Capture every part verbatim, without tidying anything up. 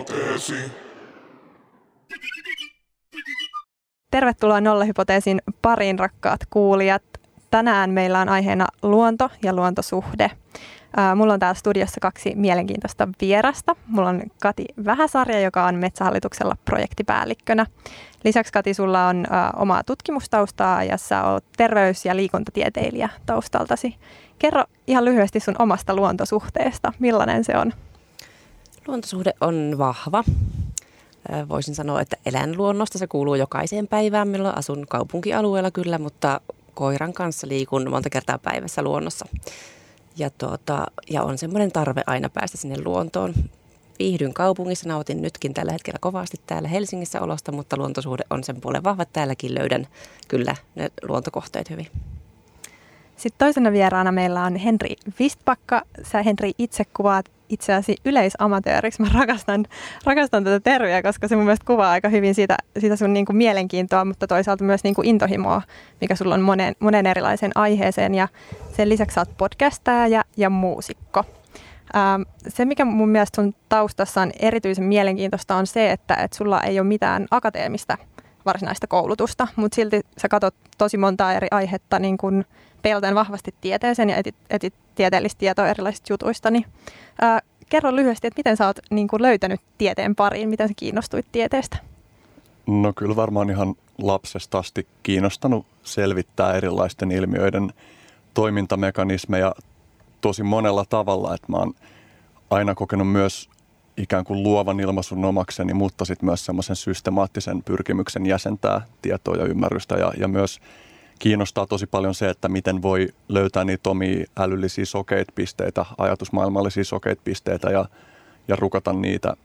Nollahypoteesi. Tervetuloa Nollahypoteesin pariin, rakkaat kuulijat. Tänään meillä on aiheena luonto ja luontosuhde. Mulla on täällä studiossa kaksi mielenkiintoista vierasta. Mulla on Kati Vähäsarja, joka on Metsähallituksella projektipäällikkönä. Lisäksi Kati, sulla on uh, omaa tutkimustaustaa ja sä oot terveys- ja liikuntatieteilijä taustaltasi. Kerro ihan lyhyesti sun omasta luontosuhteesta. Millainen se on? Luontosuhde on vahva. Voisin sanoa, että elän luonnosta. Se kuuluu jokaiseen päivään. Milloin asun kaupunkialueella kyllä, mutta koiran kanssa liikun monta kertaa päivässä luonnossa. Ja, tuota, ja on semmoinen tarve aina päästä sinne luontoon. Viihdyn kaupungissa, nautin nytkin tällä hetkellä kovasti täällä Helsingissä olosta, mutta luontosuhde on sen puolen vahva. Täälläkin löydän kyllä ne luontokohteet hyvin. Sitten toisena vieraana meillä on Henri Vistbacka. Sä, Henri, itse kuvaat itseäsi yleisamatööriksi. Mä rakastan, rakastan tätä termiä, koska se mun mielestä kuvaa aika hyvin siitä, siitä sun niin kuin mielenkiintoa, mutta toisaalta myös niin kuin intohimoa, mikä sulla on monen, monen erilaisen aiheeseen. Ja sen lisäksi sä oot podcastaja ja, ja muusikko. Ähm, se, mikä mun mielestä sun taustassa on erityisen mielenkiintoista, on se, että, että sulla ei ole mitään akateemista varsinaista koulutusta, mutta silti sä katsot tosi montaa eri aihetta niin kuin peilten vahvasti tieteeseen ja etit, etit tieteellistä tietoa erilaisista jutuista. Niin, ää, kerro lyhyesti, että miten sä oot niin kuin löytänyt tieteen pariin, miten sä kiinnostuit tieteestä? No kyllä varmaan ihan lapsesta asti kiinnostanut selvittää erilaisten ilmiöiden toimintamekanismeja tosi monella tavalla. Että mä oon aina kokenut myös ikään kuin luovan ilmaisun omakseni, mutta sitten myös semmoisen systemaattisen pyrkimyksen jäsentää tietoa ja ymmärrystä ja, ja myös kiinnostaa tosi paljon se, että miten voi löytää niitä omia älyllisiä sokeita pisteitä, ajatusmaailmallisia sokeita pisteitä ja, ja rukata niitä,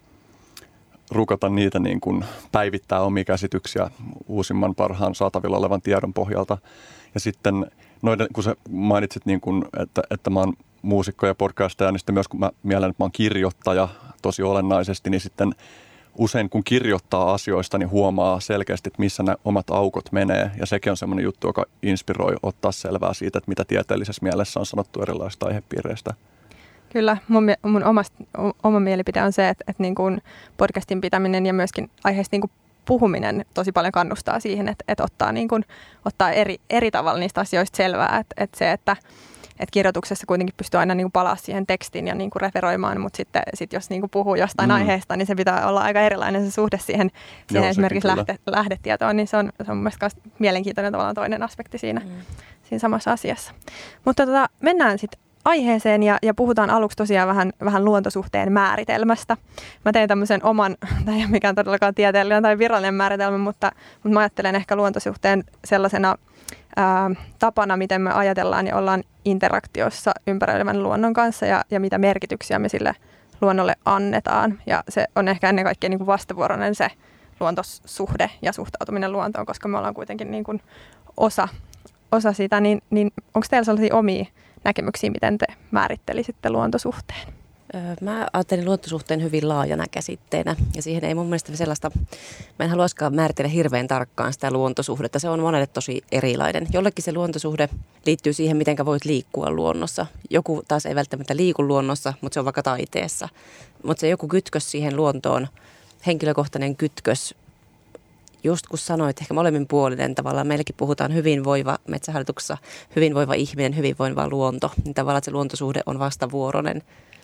rukata niitä niin kuin päivittää omia käsityksiä uusimman parhaan saatavilla olevan tiedon pohjalta. Ja sitten noiden, kun sä mainitsit, niin kuin, että, että mä oon muusikko ja podcastaja, niin sitten myös kun mä mielen, että mä oon kirjoittaja tosi olennaisesti, niin sitten usein kun kirjoittaa asioista, niin huomaa selkeästi, että missä nämä omat aukot menee. Ja sekin on semmoinen juttu, joka inspiroi ottaa selvää siitä, että mitä tieteellisessä mielessä on sanottu erilaisista aihepiireistä. Kyllä, mun, mun omast, oma mielipide on se, että, että niin kuin podcastin pitäminen ja myöskin aiheesta niin kuin puhuminen tosi paljon kannustaa siihen, että, että ottaa, niin kuin, ottaa eri, eri tavalla niistä asioista selvää. Että, että se, että Että kirjoituksessa kuitenkin pystyy aina niinku palaa siihen tekstiin ja niinku referoimaan, mutta sitten sit jos niinku puhuu jostain mm. aiheesta, niin se pitää olla aika erilainen se suhde siihen, siihen Joo, esimerkiksi lähde, lähdetietoon, niin se on, se on mun mielestä mielenkiintoinen tavallaan toinen aspekti siinä, mm. siinä samassa asiassa. Mutta tota, mennään sitten aiheeseen ja, ja puhutaan aluksi tosiaan vähän, vähän luontosuhteen määritelmästä. Mä tein tämmöisen oman, tämä ei ole mikään todellakaan tieteellinen tai virallinen määritelmä, mutta, mutta mä ajattelen ehkä luontosuhteen sellaisena Ää, tapana, miten me ajatellaan ja ollaan interaktiossa ympäröivän luonnon kanssa ja, ja mitä merkityksiä me sille luonnolle annetaan. Ja se on ehkä ennen kaikkea niin kuin vastavuoroinen se luontosuhde ja suhtautuminen luontoon, koska me ollaan kuitenkin niin kuin osa, osa sitä. Niin, niin onko teillä sellaisia omia näkemyksiä, miten te määrittelisitte luontosuhteen? Mä ajattelin luontosuhteen hyvin laajana käsitteenä ja siihen ei mun mielestä sellaista, mä en haluaisikaan määritellä hirveän tarkkaan sitä luontosuhdetta. Se on monelle tosi erilainen. Jollekin se luontosuhde liittyy siihen, miten voit liikkua luonnossa. Joku taas ei välttämättä liiku luonnossa, mutta se on vaikka taiteessa. Mutta se joku kytkös siihen luontoon, henkilökohtainen kytkös, just kun sanoit, ehkä molemminpuolinen tavallaan. Meilläkin puhutaan hyvinvoiva Metsähallituksessa, hyvinvoiva ihminen, hyvinvoiva luonto. Niin tavallaan se luontosuhde on vastavuoroinen.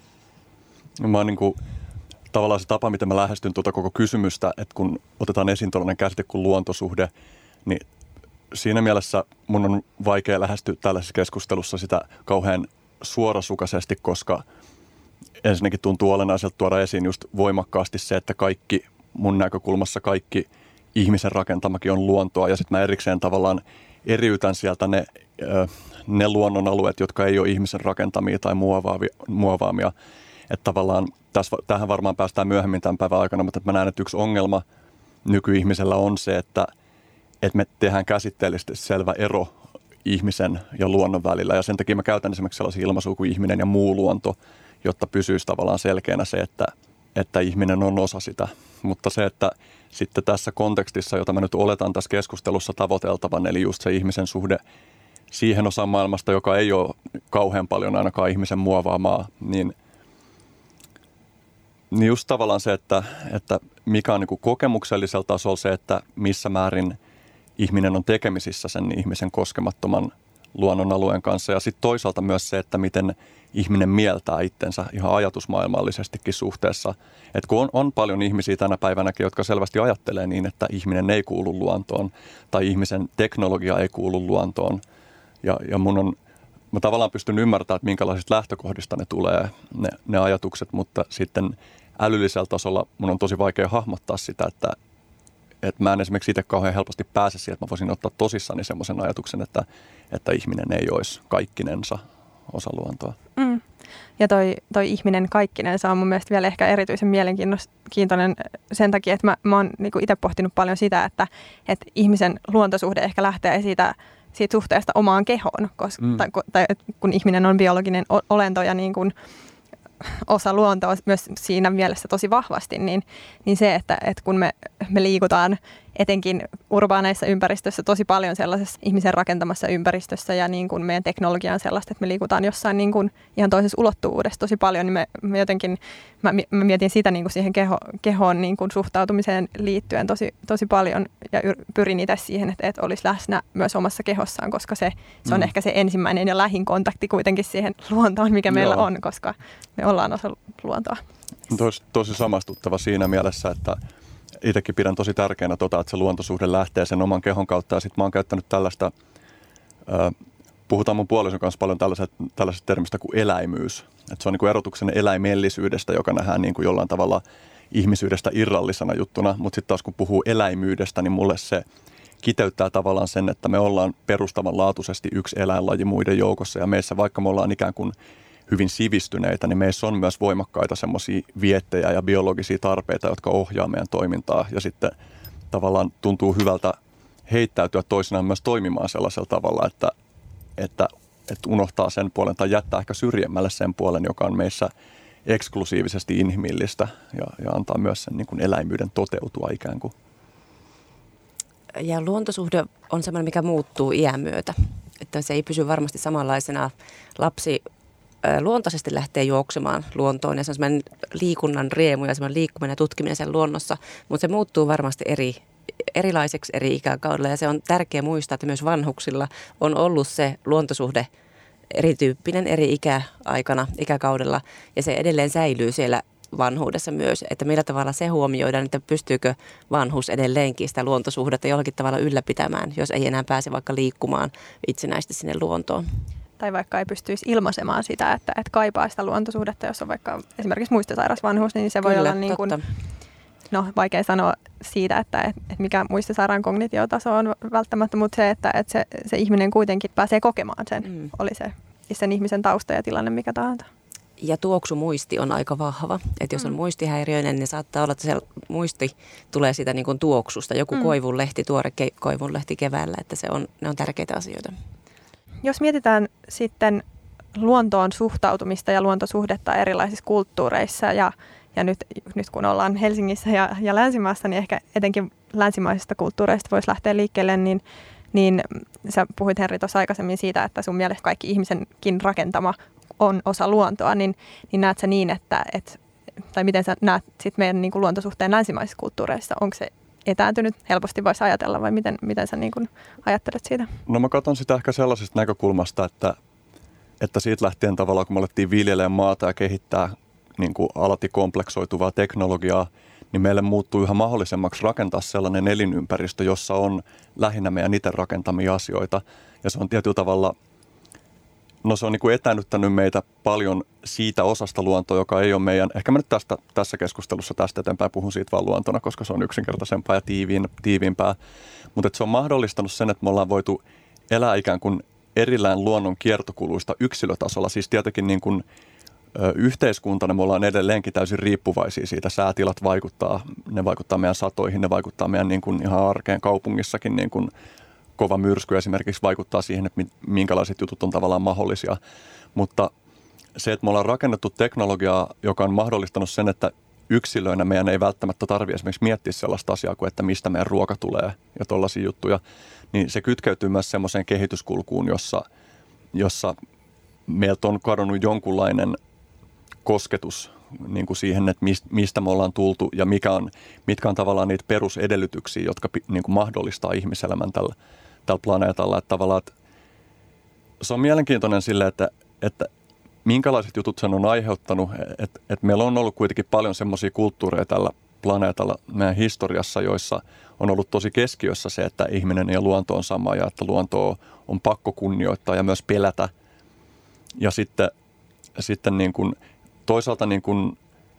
Mä oon niin kuin, tavallaan se tapa, miten mä lähestyn tuota koko kysymystä, että kun otetaan esiin tuollainen käsite kuin luontosuhde, niin siinä mielessä mun on vaikea lähestyä tällaisessa keskustelussa sitä kauhean suorasukaisesti, koska ensinnäkin tuntuu olennaiselta tuoda esiin just voimakkaasti se, että kaikki mun näkökulmassa kaikki ihmisen rakentamakin on luontoa ja sitten mä erikseen tavallaan eriytän sieltä ne, ne luonnonalueet, jotka ei ole ihmisen rakentamia tai muovaavia, muovaamia. Että tavallaan tässä, tähän varmaan päästään myöhemmin tämän päivän aikana, mutta mä näen, että yksi ongelma nykyihmisellä on se, että, että me tehdään käsitteellisesti selvä ero ihmisen ja luonnon välillä. Ja sen takia mä käytän esimerkiksi sellaisia ilmaisuja kuin ihminen ja muu luonto, jotta pysyisi tavallaan selkeänä se, että, että ihminen on osa sitä. Mutta se, että sitten tässä kontekstissa, jota mä nyt oletan tässä keskustelussa tavoiteltavan, eli just se ihmisen suhde siihen osaan maailmasta, joka ei ole kauhean paljon ainakaan ihmisen muovaamaa, niin Niin just tavallaan se, että, että mikä on niin kuin kokemuksellisella tasolla se, että missä määrin ihminen on tekemisissä sen ihmisen koskemattoman luonnonalueen kanssa. Ja sitten toisaalta myös se, että miten ihminen mieltää itsensä ihan ajatusmaailmallisestikin suhteessa. Että kun on, on paljon ihmisiä tänä päivänäkin, jotka selvästi ajattelee niin, että ihminen ei kuulu luontoon tai ihmisen teknologia ei kuulu luontoon. Ja, ja mun on, mä tavallaan pystyn ymmärtämään, että minkälaisista lähtökohdista ne tulee, ne, ne ajatukset, mutta sitten älyllisellä tasolla mun on tosi vaikea hahmottaa sitä, että että mä en esimerkiksi itse kauhean helposti pääse siihen, että mä voisin ottaa tosissani semmoisen ajatuksen, että, että ihminen ei olisi kaikkinensa osa luontoa. Mm. Ja toi, toi ihminen kaikkinensa on mun mielestä vielä ehkä erityisen mielenkiintoinen sen takia, että mä, mä oon niinku itse pohtinut paljon sitä, että, että ihmisen luontosuhde ehkä lähtee siitä, siitä suhteesta omaan kehoon, koska, mm. tai, tai kun ihminen on biologinen olento ja niin kuin osa luontoa myös siinä mielessä tosi vahvasti, niin, niin se, että, että kun me, me liikutaan etenkin urbaaneissa ympäristöissä tosi paljon sellaisessa ihmisen rakentamassa ympäristössä ja niin kuin meidän teknologia on sellaista, että me liikutaan jossain niin kuin ihan toisessa ulottuvuudessa tosi paljon, niin me, me jotenkin, mä, mä mietin sitä niin kuin siihen keho, kehoon niin kuin suhtautumiseen liittyen tosi, tosi paljon ja pyrin itse siihen, että, että olisi läsnä myös omassa kehossaan, koska se, se on mm. ehkä se ensimmäinen ja lähin kontakti kuitenkin siihen luontoon, mikä meillä Joo. on, koska me ollaan osa luontoa. Tosi, tosi samastuttava siinä mielessä, että itsekin pidän tosi tärkeänä tota, että se luontosuhde lähtee sen oman kehon kautta. Ja sitten mä oon käyttänyt tällaista, äh, puhutaan mun puolison kanssa paljon tällaisesta, tällaisesta termistä kuin eläimyys. Että se on niin kuin erotuksen eläimellisyydestä, joka nähdään niin kuin jollain tavalla ihmisyydestä irrallisena juttuna. Mutta sitten taas kun puhuu eläimyydestä, niin mulle se kiteyttää tavallaan sen, että me ollaan perustavanlaatuisesti yksi eläinlaji muiden joukossa. Ja meissä, vaikka me ollaan ikään kuin hyvin sivistyneitä, niin meissä on myös voimakkaita semmoisia viettejä ja biologisia tarpeita, jotka ohjaa meidän toimintaa. Ja sitten tavallaan tuntuu hyvältä heittäytyä toisinaan myös toimimaan sellaisella tavalla, että, että, että unohtaa sen puolen tai jättää ehkä syrjemmälle sen puolen, joka on meissä eksklusiivisesti inhimillistä ja, ja antaa myös sen niin kuin eläimyyden toteutua ikään kuin. Ja luontosuhde on semmoinen, mikä muuttuu iän myötä. Että se ei pysy varmasti samanlaisena. Lapsi luontaisesti lähtee juoksemaan luontoon ja se on semmoinen liikunnan riemu ja semmoinen liikkuminen ja tutkiminen sen luonnossa, mutta se muuttuu varmasti eri, erilaiseksi eri ikäkaudella ja se on tärkeää muistaa, että myös vanhuksilla on ollut se luontosuhde erityyppinen eri ikäaikana, ikäkaudella ja se edelleen säilyy siellä vanhuudessa myös, että millä tavalla se huomioidaan, että pystyykö vanhus edelleenkin sitä luontosuhdetta jollakin tavalla ylläpitämään, jos ei enää pääse vaikka liikkumaan itsenäisesti sinne luontoon. Tai vaikka ei pystyisi ilmaisemaan sitä, että, että kaipaa sitä luontosuhdetta, jos on vaikka esimerkiksi muistisairas vanhus, niin se voi Kyllä, olla niin kuin, no vaikea sanoa siitä, että, että mikä muistisairaan kognitiotaso on välttämättä, mutta se, että, että se, se ihminen kuitenkin pääsee kokemaan sen, mm. oli se sen ihmisen tausta ja tilanne mikä tahansa. Ja tuoksumuisti on aika vahva. Että jos on mm. muistihäiriöinen, niin saattaa olla, että se muisti tulee sitä niin kuin tuoksusta. Joku mm. koivunlehti, tuore ke- koivunlehti keväällä, että se on, ne on tärkeitä asioita. Jos mietitään sitten luontoon suhtautumista ja luontosuhdetta erilaisissa kulttuureissa ja, ja nyt, nyt kun ollaan Helsingissä ja, ja länsimaassa, niin ehkä etenkin länsimaisista kulttuureista voisi lähteä liikkeelle, niin, niin sä puhuit Henri tuossa aikaisemmin siitä, että sun mielestä kaikki ihmisenkin rakentama on osa luontoa, niin, niin näet sä niin, että, et, tai miten sä näet sit meidän niin kuin luontosuhteen länsimaisissa kulttuureissa, onko se etääntynyt, helposti voisi ajatella, vai miten, miten sä niin kuin ajattelet siitä? No mä katson sitä ehkä sellaisesta näkökulmasta, että, että siitä lähtien tavallaan, kun me alettiin viljelemään maata ja kehittää niin kuin alati kompleksoituvaa teknologiaa, niin meille muuttuu yhä mahdollisemmaksi rakentaa sellainen elinympäristö, jossa on lähinnä meidän itse rakentamia asioita. Ja se on tietyllä tavalla, no se on niin kuin etäännyttänyt meitä paljon siitä osasta luontoa, joka ei ole meidän, ehkä mä nyt tästä, tässä keskustelussa tästä eteenpäin puhun siitä vaan luontona, koska se on yksinkertaisempaa ja tiiviin, tiiviimpää. Mutta se on mahdollistanut sen, että me ollaan voitu elää ikään kuin erillään luonnon kiertokuluista yksilötasolla. Siis tietenkin niin kuin ö, yhteiskuntana me ollaan edelleenkin täysin riippuvaisia siitä. Säätilat vaikuttaa, ne vaikuttaa meidän satoihin, ne vaikuttaa meidän niin kuin ihan arkeen kaupungissakin niin kuin kova myrsky esimerkiksi vaikuttaa siihen, että minkälaiset jutut on tavallaan mahdollisia. Mutta se, että me ollaan rakennettu teknologiaa, joka on mahdollistanut sen, että yksilöinä meidän ei välttämättä tarvitse esimerkiksi miettiä sellaista asiaa kuin, että mistä meidän ruoka tulee ja tollaisia juttuja, niin se kytkeytyy myös semmoiseen kehityskulkuun, jossa, jossa meiltä on kadonnut jonkunlainen kosketus niin kuin siihen, että mistä me ollaan tultu ja mikä on, mitkä on tavallaan niitä perusedellytyksiä, jotka niin kuin mahdollistaa ihmiselämän tällä, tällä planeetalla. Että tavallaan, että se on mielenkiintoinen sille, että, että minkälaiset jutut sen on aiheuttanut, että, että meillä on ollut kuitenkin paljon semmoisia kulttuureja tällä planeetalla meidän historiassa, joissa on ollut tosi keskiössä se, että ihminen ja luonto on sama ja että luontoa on pakko kunnioittaa ja myös pelätä. Ja sitten, sitten niin kuin toisaalta niin kuin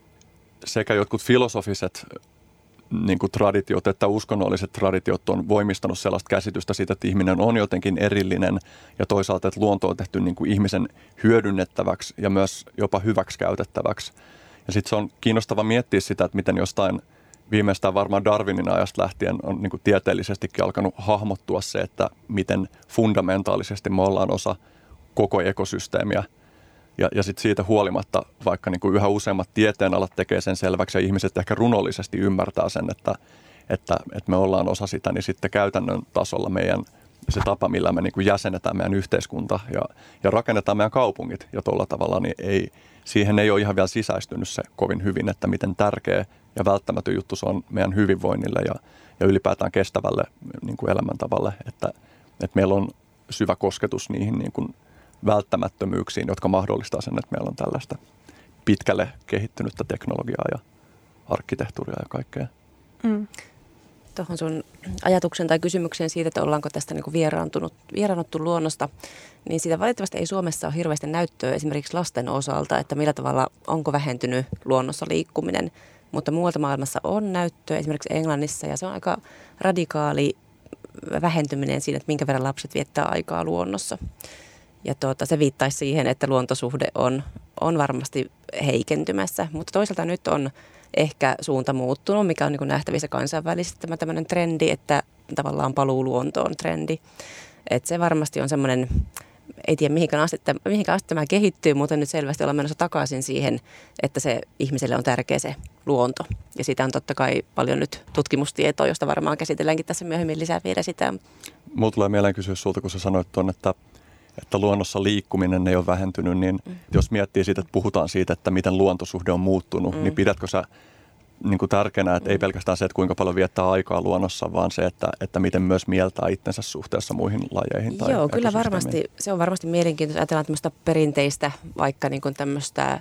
sekä jotkut filosofiset niin kuin traditiot että uskonnolliset traditiot on voimistanut sellaista käsitystä siitä, että ihminen on jotenkin erillinen ja toisaalta, että luonto on tehty niin kuin ihmisen hyödynnettäväksi ja myös jopa hyväksi käytettäväksi. Ja sitten se on kiinnostava miettiä sitä, että miten jostain viimeistään varmaan Darwinin ajasta lähtien on niin kuin tieteellisestikin alkanut hahmottua se, että miten fundamentaalisesti me ollaan osa koko ekosysteemiä. Ja, ja sitten siitä huolimatta, vaikka niin kuin yhä useammat tieteenalat tekee sen selväksi ja ihmiset ehkä runollisesti ymmärtää sen, että, että, että me ollaan osa sitä, niin sitten käytännön tasolla meidän se tapa, millä me niin kuin jäsenetään meidän yhteiskunta ja, ja rakennetaan meidän kaupungit ja tuolla tavalla, niin ei, siihen ei ole ihan vielä sisäistynyt se kovin hyvin, että miten tärkeä ja välttämätön juttu se on meidän hyvinvoinnille ja, ja ylipäätään kestävälle niin kuin elämäntavalle, että, että meillä on syvä kosketus niihin niin kuin välttämättömyyksiin, jotka mahdollistaa sen, että meillä on tällaista pitkälle kehittynyttä teknologiaa ja arkkitehtuuria ja kaikkea. Mm. Tuohon sun ajatuksen tai kysymykseen siitä, että ollaanko tästä niin kuin vieraantunut, vieraannuttu luonnosta, niin siitä valitettavasti ei Suomessa ole hirveästi näyttöä esimerkiksi lasten osalta, että millä tavalla onko vähentynyt luonnossa liikkuminen, mutta muualta maailmassa on näyttöä esimerkiksi Englannissa ja se on aika radikaali vähentyminen siinä, että minkä verran lapset viettää aikaa luonnossa. Ja tuota, se viittaisi siihen, että luontosuhde on, on varmasti heikentymässä, mutta toisaalta nyt on ehkä suunta muuttunut, mikä on niin kuin nähtävissä kansainvälisesti tämä tämmöinen trendi, että tavallaan paluu luontoon trendi. Että se varmasti on semmoinen, ei tiedä mihinkä asti, mihinkä asti tämä kehittyy, mutta nyt selvästi ollaan menossa takaisin siihen, että se ihmiselle on tärkeä se luonto. Ja siitä on totta kai paljon nyt tutkimustietoa, josta varmaan käsitelläänkin tässä myöhemmin lisää vielä sitä. Mulla tulee mieleen kysyä sulta, kun sä sanoit tuon, että että luonnossa liikkuminen ei ole vähentynyt, niin mm. jos miettii siitä, että puhutaan siitä, että miten luontosuhde on muuttunut, mm. niin pidätkö sä niin kuin tärkeänä, että mm. ei pelkästään se, että kuinka paljon viettää aikaa luonnossa, vaan se, että, että miten myös mieltää itsensä suhteessa muihin lajeihin tai Joo, kyllä varmasti. Se on varmasti mielenkiintoista. Ajatellaan tämmöistä perinteistä, vaikka niin kuin tämmöistä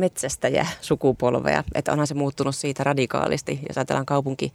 metsästäjäsukupolvea, että onhan se muuttunut siitä radikaalisti, jos ajatellaan kaupunki.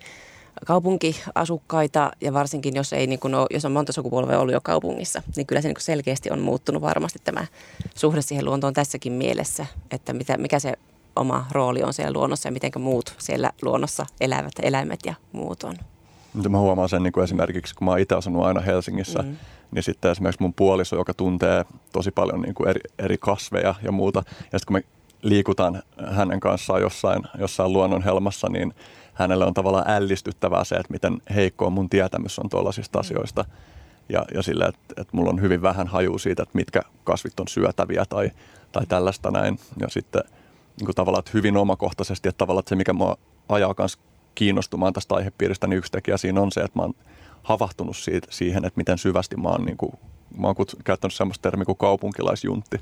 kaupunkiasukkaita ja varsinkin jos, ei, niin kuin ole, jos on monta sukupolvea ollut jo kaupungissa, niin kyllä se niin kuin selkeästi on muuttunut varmasti tämä suhde siihen luontoon tässäkin mielessä, että mitä, mikä se oma rooli on siellä luonnossa ja miten muut siellä luonnossa elävät eläimet ja muut on. Mä huomaan sen niin kuin esimerkiksi, kun mä oon itse asunut aina Helsingissä, mm. niin sitten esimerkiksi mun puoliso, joka tuntee tosi paljon niin kuin eri, eri kasveja ja muuta, ja sitten kun me liikutaan hänen kanssaan jossain, jossain luonnonhelmassa, niin hänelle on tavallaan ällistyttävää se, että miten heikkoa mun tietämys on tuollaisista asioista. Ja, ja sillä, että, että mulla on hyvin vähän hajua siitä, että mitkä kasvit on syötäviä tai, tai tällaista näin. Ja sitten niin kuin tavallaan, että hyvin omakohtaisesti, että tavallaan että se, mikä mua ajaa myös kiinnostumaan tästä aihepiiristä, niin yksi tekijä siinä on se, että mä oon havahtunut siitä, siihen, että miten syvästi mä oon, niin kuin, mä oon kutsu, käyttänyt semmoista termiä kuin kaupunkilaisjuntti.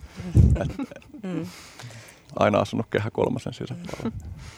Et, aina asunut Kehä Kolmosen sisäpuolella.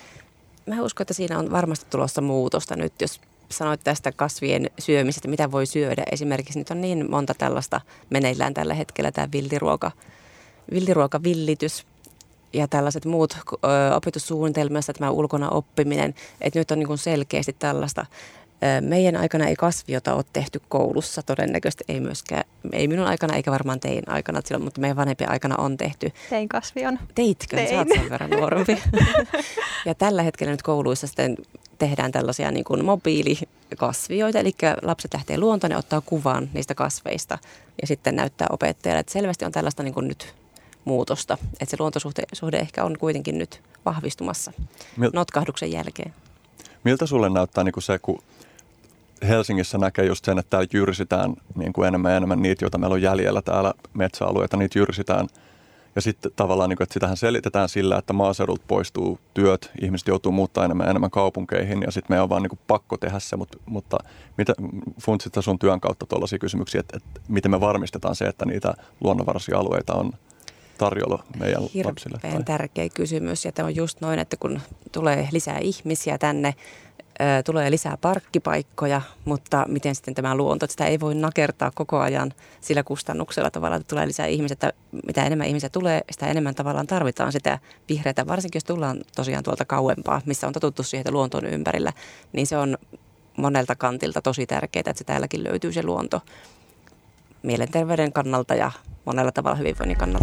Mä uskon, että siinä on varmasti tulossa muutosta nyt, jos sanoit tästä kasvien syömisestä, mitä voi syödä. Esimerkiksi nyt on niin monta tällaista meneillään tällä hetkellä, tämä villiruoka, villiruokavillitys ja tällaiset muut ö, opetussuunnitelmassa, tämä ulkona oppiminen, että nyt on niin kuin selkeästi tällaista. Meidän aikana ei kasviota ole tehty koulussa, todennäköisesti ei myöskään, ei minun aikana eikä varmaan tein aikana silloin, mutta meidän vanhempien aikana on tehty. Tein kasvion. Teitkö? Tein. Sä oot sen verran nuorempi. Ja tällä hetkellä nyt kouluissa sitten tehdään tällaisia niin kuin mobiilikasvioita, eli lapset lähtee luontoon ja ottaa kuvan niistä kasveista ja sitten näyttää opettajalle, että selvästi on tällaista niin kuin nyt muutosta, että se luontosuhde suhde ehkä on kuitenkin nyt vahvistumassa Mil- notkahduksen jälkeen. Miltä sulle näyttää niin kuin se, kun Helsingissä näkee just sen, että täällä jyrsitään niin kuin enemmän ja enemmän niitä, joita meillä on jäljellä täällä metsäalueita, niitä jyrsitään. Ja sitten tavallaan, niin kuin, että sitähän selitetään sillä, että maaseudulta poistuu työt, ihmiset joutuu muuttaa enemmän ja enemmän kaupunkeihin ja sitten meidän on vaan niin kuin pakko tehdä se. Mutta, mutta mitä funtsit sun työn kautta tuollaisia kysymyksiä, että, että miten me varmistetaan se, että niitä luonnonvaraisia alueita on? tarjolla meidän lapsille? Hirveän tärkeä kysymys, ja tämä on just noin, että kun tulee lisää ihmisiä tänne, ää, tulee lisää parkkipaikkoja, mutta miten sitten tämä luonto, että sitä ei voi nakertaa koko ajan sillä kustannuksella tavallaan, että tulee lisää ihmisiä, että mitä enemmän ihmisiä tulee, sitä enemmän tavallaan tarvitaan sitä vihreätä, varsinkin jos tullaan tosiaan tuolta kauempaa, missä on totuttu siihen, että luonto on ympärillä, niin se on monelta kantilta tosi tärkeää, että se täälläkin löytyy se luonto mielenterveyden kannalta ja monella tavalla hyvinvoinnin kannalta.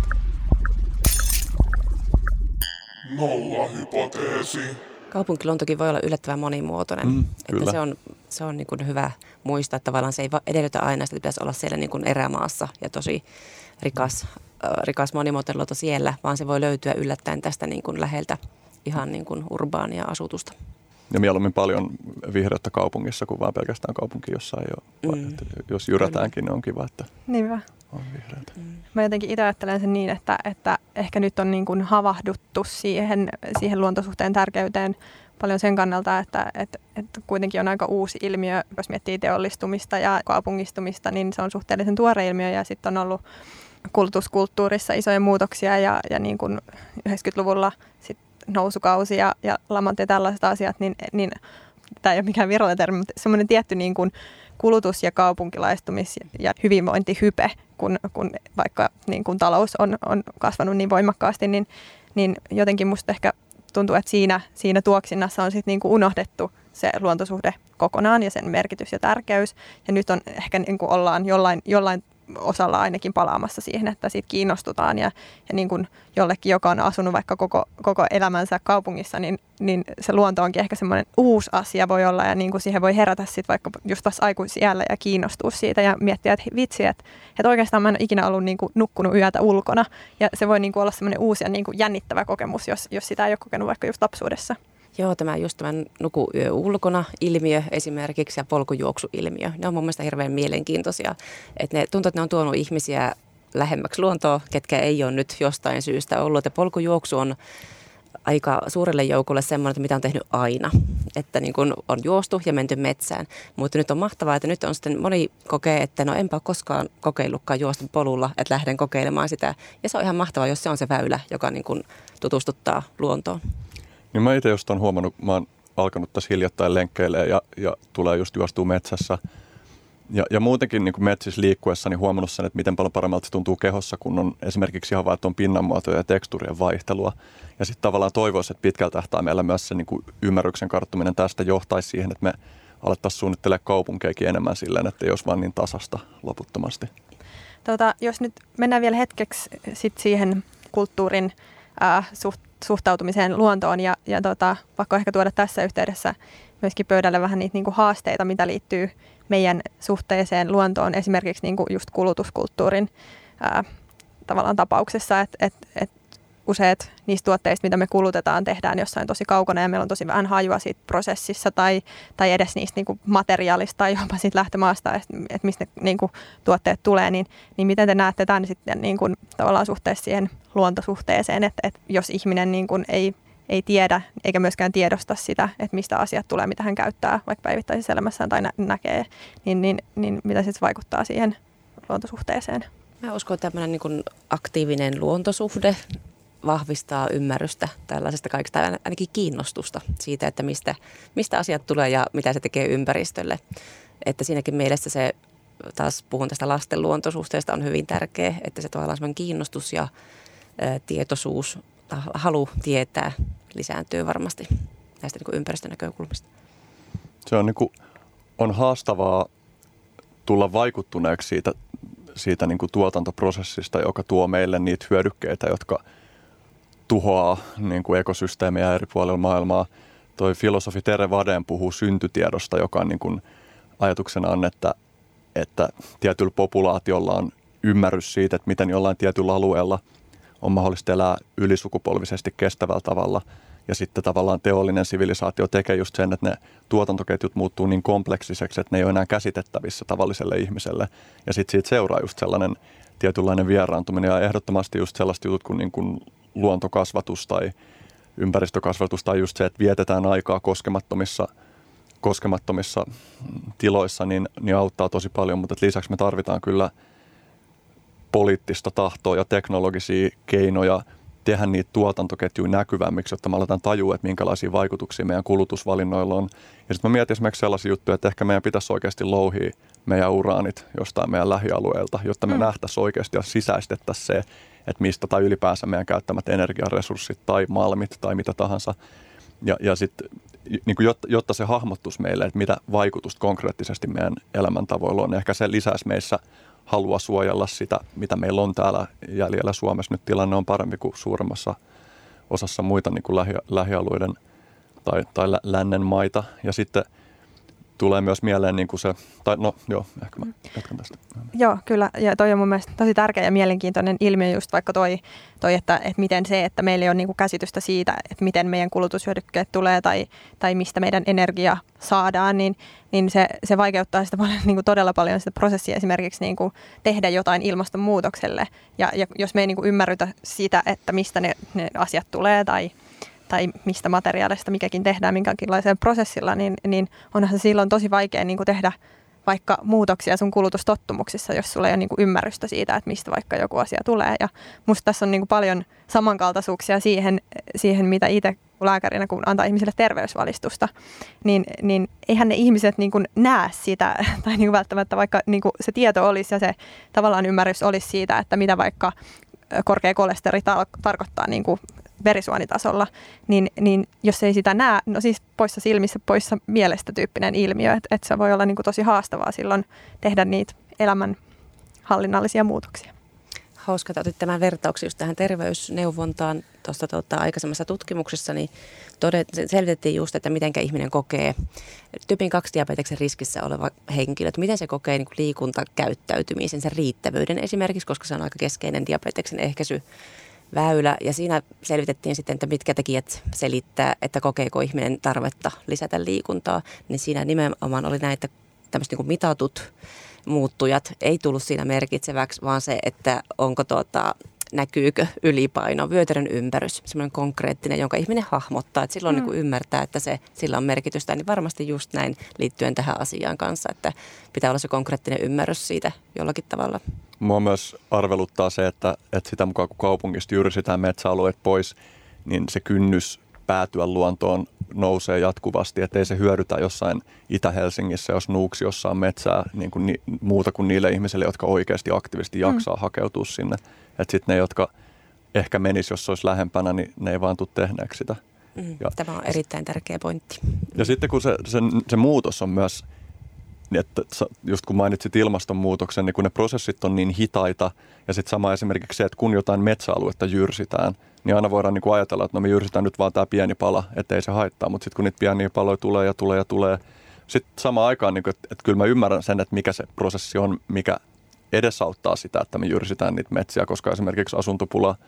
Nollahypoteesi. Kaupunkiluontokin voi olla yllättävän monimuotoinen. Mm, että se on, se on niin kuin hyvä muistaa, että tavallaan se ei edellytä aina, että pitäisi olla siellä niin kuin erämaassa ja tosi rikas, äh, rikas monimuotoinen luonto siellä, vaan se voi löytyä yllättäen tästä niin kuin läheltä ihan niin kuin urbaania asutusta. Ja mieluummin paljon vihreyttä kaupungissa kuin vaan pelkästään kaupunki, jossa ei ole. Mm. Jos jyrätäänkin, niin on kiva, että Niinpä. on vihreätä. Mm. Mä jotenkin itse ajattelen sen niin, että, että ehkä nyt on niin kuin havahduttu siihen, siihen luontosuhteen tärkeyteen paljon sen kannalta, että, että, että kuitenkin on aika uusi ilmiö. Jos miettii teollistumista ja kaupungistumista, niin se on suhteellisen tuore ilmiö ja sitten on ollut kulutuskulttuurissa isoja muutoksia ja, ja niin kuin yhdeksänkymmentäluvulla sit nousukausi ja, ja lamat ja tällaiset asiat, niin, niin tämä ei ole mikään virallinen termi, mutta semmoinen tietty niin kuin kulutus- ja kaupunkilaistumis- ja hyvinvointihype, kun, kun vaikka niin kuin talous on, on kasvanut niin voimakkaasti, niin, niin jotenkin musta ehkä tuntuu, että siinä, siinä tuoksinnassa on sitten niin kuin unohdettu se luontosuhde kokonaan ja sen merkitys ja tärkeys. Ja nyt on ehkä niin kuin ollaan jollain, jollain osalla ainakin palaamassa siihen, että siitä kiinnostutaan ja, ja niin kuin jollekin, joka on asunut vaikka koko, koko elämänsä kaupungissa, niin, niin se luonto onkin ehkä semmoinen uusi asia voi olla ja niin kuin siihen voi herätä sitten vaikka just vasta aikuisiällä ja kiinnostua siitä ja miettiä, että vitsi, että, että oikeastaan mä en ole ikinä ollut niin kuin nukkunut yötä ulkona ja se voi niin kuin olla semmoinen uusi ja niin kuin jännittävä kokemus, jos, jos sitä ei ole kokenut vaikka just lapsuudessa. Joo, tämä just tämän nuku yö ulkona ilmiö esimerkiksi ja polkujuoksuilmiö. Ne on mun mielestä hirveän mielenkiintoisia. Että ne tuntuu, että ne on tuonut ihmisiä lähemmäksi luontoa, ketkä ei ole nyt jostain syystä ollut. Ja polkujuoksu on aika suurelle joukolle semmoinen, että mitä on tehnyt aina. Että niin kun on juostu ja menty metsään. Mutta nyt on mahtavaa, että nyt on sitten moni kokee, että no enpä ole koskaan kokeillutkaan juosta polulla, että lähden kokeilemaan sitä. Ja se on ihan mahtavaa, jos se on se väylä, joka niin kun tutustuttaa luontoon. Niin mä itse just olen huomannut, mä oon alkanut tässä hiljattain lenkkeilemään ja, ja tulee just juostua metsässä. Ja, ja muutenkin niin kuin metsissä liikkuessa niin huomannut sen, että miten paljon paremmalta se tuntuu kehossa, kun on esimerkiksi ihan vaan, että on pinnanmuotoja ja tekstuurien vaihtelua. Ja sitten tavallaan toivoisi, että pitkällä tähtäimellä myös se niin kuin ymmärryksen karttuminen tästä johtaisi siihen, että me alettaisiin suunnittelemaan kaupunkeikin enemmän silleen, että ei olisi vaan niin tasasta loputtomasti. Tota, jos nyt mennään vielä hetkeksi sit siihen kulttuurin äh, suht, suhtautumiseen luontoon ja, ja tota, vaikka ehkä tuoda tässä yhteydessä myöskin pöydälle vähän niitä niinku haasteita, mitä liittyy meidän suhteeseen luontoon, esimerkiksi niinku just kulutuskulttuurin ää, tavallaan tapauksessa, että et, et useat niistä tuotteista, mitä me kulutetaan, tehdään jossain tosi kaukana ja meillä on tosi vähän hajua siitä prosessissa tai, tai edes niistä niinku materiaalista tai jopa siitä lähtömaasta, että et mistä ne niinku tuotteet tulee, niin, niin miten te näette tämän sitten niinku tavallaan suhteessa siihen luontosuhteeseen, että et jos ihminen niinku ei ei tiedä eikä myöskään tiedosta sitä, että mistä asiat tulee, mitä hän käyttää vaikka päivittäisessä elämässään tai nä- näkee, niin, niin, niin mitä se vaikuttaa siihen luontosuhteeseen? Mä uskon, että tämmöinen niin kuin aktiivinen luontosuhde vahvistaa ymmärrystä tällaisesta kaikesta, ainakin kiinnostusta siitä, että mistä, mistä asiat tulee ja mitä se tekee ympäristölle. Että siinäkin mielessä se, taas puhun tästä lasten luontosuhteesta, on hyvin tärkeä, että se tavallaan semmoinen kiinnostus ja ä, tietoisuus, halu tietää lisääntyy varmasti näistä niin kuin ympäristön näkökulmista. Se on, niin kuin, on haastavaa tulla vaikuttuneeksi siitä, siitä niin kuin tuotantoprosessista, joka tuo meille niitä hyödykkeitä, jotka tuhoaa niin kuin ekosysteemejä eri puolilla maailmaa. Toi filosofi Tere Vaden puhuu syntytiedosta, joka on niin kuin, ajatuksena on, että, että tietyllä populaatiolla on ymmärrys siitä, että miten jollain tietyllä alueella on mahdollista elää ylisukupolvisesti kestävällä tavalla. Ja sitten tavallaan teollinen sivilisaatio tekee just sen, että ne tuotantoketjut muuttuu niin kompleksiseksi, että ne ei ole enää käsitettävissä tavalliselle ihmiselle. Ja sitten siitä seuraa just sellainen tietynlainen vieraantuminen ja ehdottomasti just sellaiset jutut kuin, niin kuin luontokasvatus tai ympäristökasvatus tai just se, että vietetään aikaa koskemattomissa, koskemattomissa tiloissa, niin, niin auttaa tosi paljon. Mutta lisäksi me tarvitaan kyllä poliittista tahtoa ja teknologisia keinoja tehdä niitä tuotantoketjuja näkyvämmiksi, jotta me aletaan tajua, että minkälaisia vaikutuksia meidän kulutusvalinnoilla on. Ja sitten mä mietin esimerkiksi sellaisia juttuja, että ehkä meidän pitäisi oikeasti louhia meidän uraanit jostain meidän lähialueelta, jotta me mm. nähtäisiin oikeasti ja sisäistettäisiin se, että mistä tai ylipäänsä meidän käyttämät energiaresurssit tai malmit tai mitä tahansa. Ja, ja sitten niin jotta, jotta se hahmottuisi meille, että mitä vaikutusta konkreettisesti meidän elämäntavoilla on. Ehkä se lisäisi meissä halua suojella sitä, mitä meillä on täällä jäljellä Suomessa. Nyt tilanne on parempi kuin suuremmassa osassa muita niin kuin lähi, lähialueiden tai, tai lännen maita. Ja sitten tulee myös mieleen niin kuin se, tai no joo, ehkä mä jatkan tästä. Joo, kyllä. Ja toi on mun mielestä tosi tärkeä ja mielenkiintoinen ilmiö just vaikka toi, toi että, että miten se, että meillä ei ole niin kuin käsitystä siitä, että miten meidän kulutushyödykkeet tulee tai, tai mistä meidän energia saadaan, niin, niin se, se vaikeuttaa sitä paljon, niin kuin todella paljon sitä prosessia esimerkiksi niin kuin tehdä jotain ilmastonmuutokselle. Ja, ja jos me ei niin kuin ymmärrytä sitä, että mistä ne, ne asiat tulee tai tai mistä materiaalista mikäkin tehdään minkäkinlaisella prosessilla, niin, niin onhan se silloin tosi vaikea niin kuin tehdä vaikka muutoksia sun kulutustottumuksissa, jos sulla ei ole niin kuin ymmärrystä siitä, että mistä vaikka joku asia tulee. Ja musta tässä on niin kuin paljon samankaltaisuuksia siihen, siihen mitä itse lääkärinä, kun antaa ihmisille terveysvalistusta, niin, niin eihän ne ihmiset niin kuin näe sitä, tai niin kuin välttämättä vaikka niin kuin se tieto olisi ja se tavallaan ymmärrys olisi siitä, että mitä vaikka korkea kolesteroli tar- tarkoittaa niin kuin verisuonitasolla, niin, niin jos ei sitä näe, no siis poissa silmissä, poissa mielestä tyyppinen ilmiö, että et se voi olla niin kuin tosi haastavaa silloin tehdä niitä elämänhallinnallisia muutoksia. Hauska, että otit tämän vertauksen just tähän terveysneuvontaan. Tuosta tuota, aikaisemmassa tutkimuksessa niin todet, selvitettiin just, että miten ihminen kokee tyypin kaksi diabeteksen riskissä oleva henkilö, että miten se kokee niin kuin liikuntakäyttäytymisen, sen riittävyyden esimerkiksi, koska se on aika keskeinen diabeteksen ehkäisy. Väylä, ja siinä selvitettiin sitten, että mitkä tekijät selittää, että kokeeko ihminen tarvetta lisätä liikuntaa, niin siinä nimenomaan oli näitä tämmöiset niin kuin mitatut muuttujat, ei tullut siinä merkitseväksi, vaan se, että onko tuota, näkyykö ylipaino, vyötärön ympärys, semmoinen konkreettinen, jonka ihminen hahmottaa, että silloin mm. niin kuin ymmärtää, että se, sillä on merkitystä, niin varmasti just näin liittyen tähän asiaan kanssa, että pitää olla se konkreettinen ymmärrys siitä jollakin tavalla. Mua myös arveluttaa se, että, että sitä mukaan kun kaupungista jyrsitään metsäalueet pois, niin se kynnys päätyä luontoon nousee jatkuvasti, ettei se hyödytä jossain Itä-Helsingissä, jos Nuuksiossa on metsää niin kuin ni, muuta kuin niille ihmisille, jotka oikeasti aktiivisesti jaksaa mm. hakeutua sinne. Että sitten ne, jotka ehkä menis, jos se olisi lähempänä, niin ne ei vaan tule tehneeksi sitä. Mm, ja, tämä on erittäin tärkeä pointti. Ja sitten kun se, se, se muutos on myös, että just kun mainitsit ilmastonmuutoksen, niin kun ne prosessit on niin hitaita, ja sitten sama esimerkiksi se, että kun jotain metsäaluetta jyrsitään, niin aina voidaan niin kuin ajatella, että no me jyrsitään nyt vaan tämä pieni pala, ettei se haittaa, mutta sitten kun niitä pieniä paloja tulee ja tulee ja tulee, sitten samaan aikaan, niin kuin, että, että kyllä mä ymmärrän sen, että mikä se prosessi on, mikä edesauttaa sitä, että me jyrsitään niitä metsiä, koska esimerkiksi asuntopula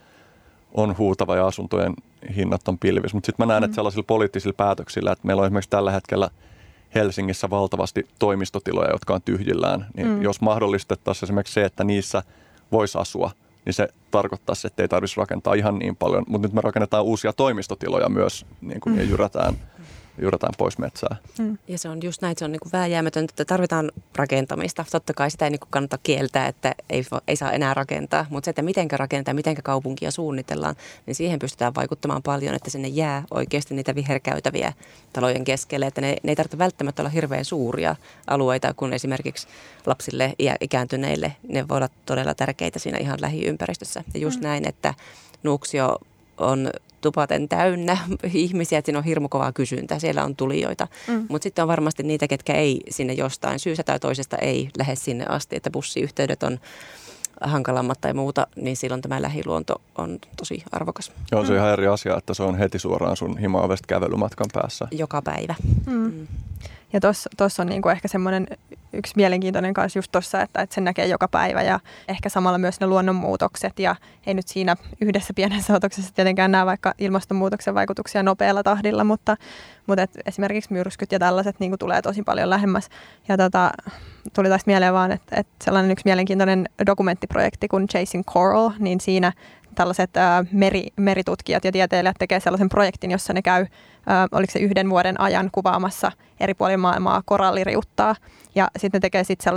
on huutava ja asuntojen hinnat on pilvissä. Mutta sitten mä näen, mm. että sellaisilla poliittisilla päätöksillä, että meillä on esimerkiksi tällä hetkellä Helsingissä valtavasti toimistotiloja, jotka on tyhjillään, niin mm. jos mahdollistettaisiin esimerkiksi se, että niissä voisi asua, niin se tarkoittaisi, että ei tarvitsisi rakentaa ihan niin paljon. Mutta nyt me rakennetaan uusia toimistotiloja myös, niin kuin mm. ja jyrätään. jyrätään pois metsää. Mm. Ja se on just näin, se on niin kuin vääjäämätöntä, että tarvitaan rakentamista. Totta kai sitä ei niin kuin kannata kieltää, että ei, ei saa enää rakentaa, mutta se, että mitenkä rakentaa, mitenkä kaupunkia suunnitellaan, niin siihen pystytään vaikuttamaan paljon, että sinne jää oikeasti niitä viherkäytäviä talojen keskelle, että ne, ne ei tarvitse välttämättä olla hirveän suuria alueita, kun esimerkiksi lapsille ja ikääntyneille ne voi olla todella tärkeitä siinä ihan lähiympäristössä. Ja just mm. näin, että Nuuksio on tupaten täynnä ihmisiä, että siinä on hirmu kovaa kysyntää, siellä on tulijoita. Mm. Mutta sitten on varmasti niitä, ketkä ei sinne jostain syystä tai toisesta ei lähde sinne asti, että bussiyhteydet on hankalammat tai muuta, niin silloin tämä lähiluonto on tosi arvokas. Joo, se on ihan eri asia, että se on heti suoraan sun himoavesta kävelymatkan päässä. Joka päivä. Mm. Mm. Ja tuossa on niinku ehkä semmoinen yksi mielenkiintoinen kanssa just tuossa, että, että sen näkee joka päivä ja ehkä samalla myös ne luonnonmuutokset ja ei nyt siinä yhdessä pienessä otoksessa tietenkään näe vaikka ilmastonmuutoksen vaikutuksia nopealla tahdilla, mutta, mutta et esimerkiksi myrskyt ja tällaiset niin kuin tulee tosi paljon lähemmäs. Ja tota, tuli tästä mieleen vaan, että, että sellainen yksi mielenkiintoinen dokumenttiprojekti kuin Chasing Coral, niin siinä tällaiset ä, meri, meritutkijat ja tieteilijät tekee sellaisen projektin, jossa ne käy, ä, oliko se yhden vuoden ajan kuvaamassa eri puolilla maailmaa koralliriuttaa. Ja sitten ne tekee sitten sellaisen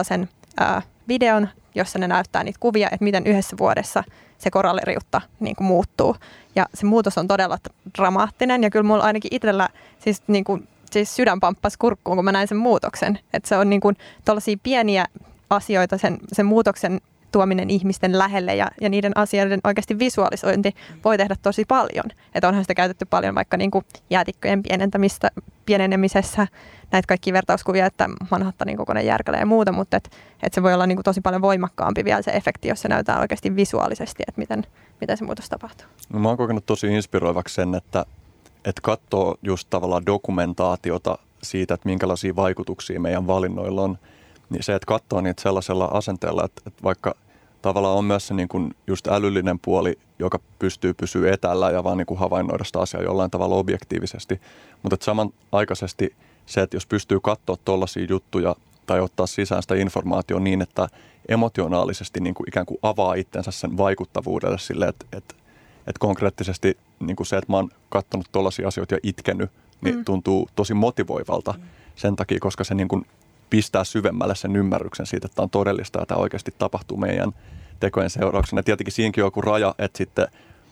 ää, videon, jossa ne näyttää niitä kuvia, että miten yhdessä vuodessa se koralliriutta niin kuin muuttuu. Ja se muutos on todella dramaattinen ja kyllä mulla ainakin itsellä siis, niin kuin, siis sydän pamppasi kurkkuun, kun mä näin sen muutoksen. Että se on niin kuin tollaisia pieniä asioita, sen, sen muutoksen tuominen ihmisten lähelle ja, ja niiden asioiden oikeasti visualisointi voi tehdä tosi paljon. Että onhan sitä käytetty paljon vaikka niin kuin jäätikköjen pienentämistä, pienenemisessä, näitä kaikkia vertauskuvia, että Manhattanin kokoinen järkäle ja muuta, mutta et, et se voi olla niin kuin tosi paljon voimakkaampi vielä se efekti, jos se näytetään oikeasti visuaalisesti, että miten, miten se muutos tapahtuu. No, mä oon kokenut tosi inspiroivaksi sen, että, että katsoo just tavallaan dokumentaatiota siitä, että minkälaisia vaikutuksia meidän valinnoilla on, niin se, että katsoo niitä sellaisella asenteella, että, että vaikka tavallaan on myös se niin kuin just älyllinen puoli, joka pystyy pysyä etäällä ja vaan niin kuin havainnoida sitä asiaa jollain tavalla objektiivisesti, mutta että samanaikaisesti se, että jos pystyy katsoa tuollaisia juttuja tai ottaa sisään sitä informaatiota niin, että emotionaalisesti niin kuin ikään kuin avaa itsensä sen vaikuttavuudelle sille, että, että, että konkreettisesti niin kuin se, että mä oon katsonut tuollaisia asioita ja itkenyt, niin mm. tuntuu tosi motivoivalta mm. sen takia, koska se niin kuin pistää syvemmälle sen ymmärryksen siitä, että tämä on todellista ja tämä oikeasti tapahtuu meidän tekojen seurauksena. Tietenkin siinäkin on joku raja, että sitten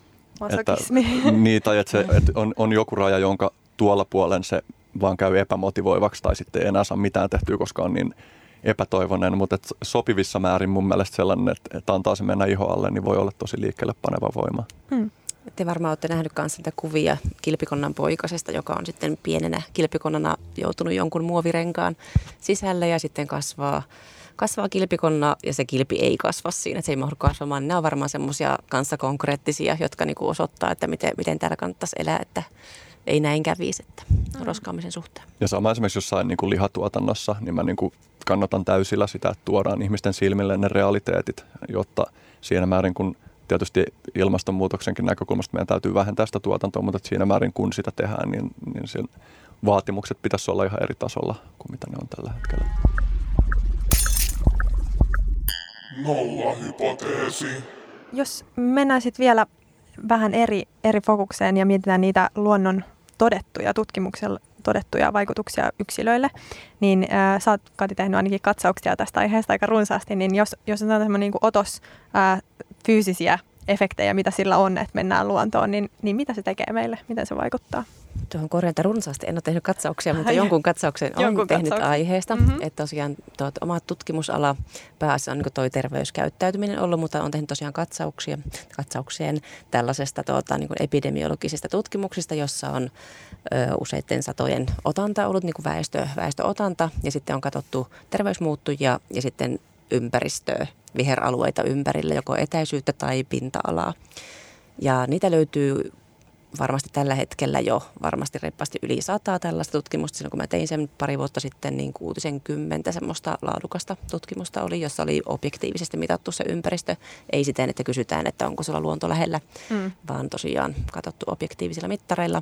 että, niin, tai että, se, että on, on joku raja, jonka tuolla puolen se vaan käy epämotivoivaksi tai sitten ei enää saa mitään tehtyä, koska on niin epätoivoinen. Mutta että sopivissa määrin mun mielestä sellainen, että, että antaa se mennä iho alle, niin voi olla tosi liikkeelle paneva voima. Hmm. Te varmaan olette nähnyt myös niitä kuvia kilpikonnan poikasesta, joka on sitten pienenä kilpikonnana joutunut jonkun muovirenkaan sisälle ja sitten kasvaa, kasvaa kilpikonna ja se kilpi ei kasva siinä, että se ei mahdu kasvamaan. Nämä on varmaan semmoisia kanssa konkreettisia, jotka niinku osoittaa, että miten, miten täällä kannattaisi elää, että ei näin kävisi, että roskaamisen suhteen. Ja sama esimerkiksi jossain niin kuin lihatuotannossa, niin mä niin kuin kannatan täysillä sitä, että tuodaan ihmisten silmille ne realiteetit, jotta siinä määrin kun tietysti ilmastonmuutoksenkin näkökulmasta meidän täytyy vähentää sitä tuotantoa, mutta siinä määrin kun sitä tehdään, niin, niin sen vaatimukset pitäisi olla ihan eri tasolla kuin mitä ne on tällä hetkellä. Nollahypoteesi. Jos mennään sitten vielä vähän eri, eri fokukseen ja mietitään niitä luonnon todettuja, tutkimuksella todettuja vaikutuksia yksilöille, niin ää, sä oot, Kati, tehnyt ainakin katsauksia tästä aiheesta aika runsaasti, niin jos, jos on tämmöinen niin kuin otos ää, fyysisiä efektejä, mitä sillä on, että mennään luontoon, niin, niin mitä se tekee meille? Miten se vaikuttaa? Tuohon korjanta runsaasti. En ole tehnyt katsauksia, mutta Ai, jonkun katsauksen olen jonkun tehnyt katsauksen. aiheesta. Mm-hmm. Että tosiaan tuot, oma tutkimusala pääasiassa on niin toi terveyskäyttäytyminen ollut, mutta olen tehnyt tosiaan katsauksia, katsauksien tällaisesta tuota, niin kuin epidemiologisista tutkimuksista, jossa on ö, useiden satojen otanta ollut, niin kuin väestö, väestöotanta, ja sitten on katsottu terveysmuuttujia ja sitten ympäristöä, viheralueita ympärillä, joko etäisyyttä tai pinta-alaa. Ja niitä löytyy varmasti tällä hetkellä jo varmasti reippaasti yli sataa tällaista tutkimusta. Silloin kun mä tein sen pari vuotta sitten, niin kuutisenkymmentä semmoista laadukasta tutkimusta oli, jossa oli objektiivisesti mitattu se ympäristö. Ei siten, että kysytään, että onko sulla luonto lähellä, mm. vaan tosiaan katsottu objektiivisilla mittareilla.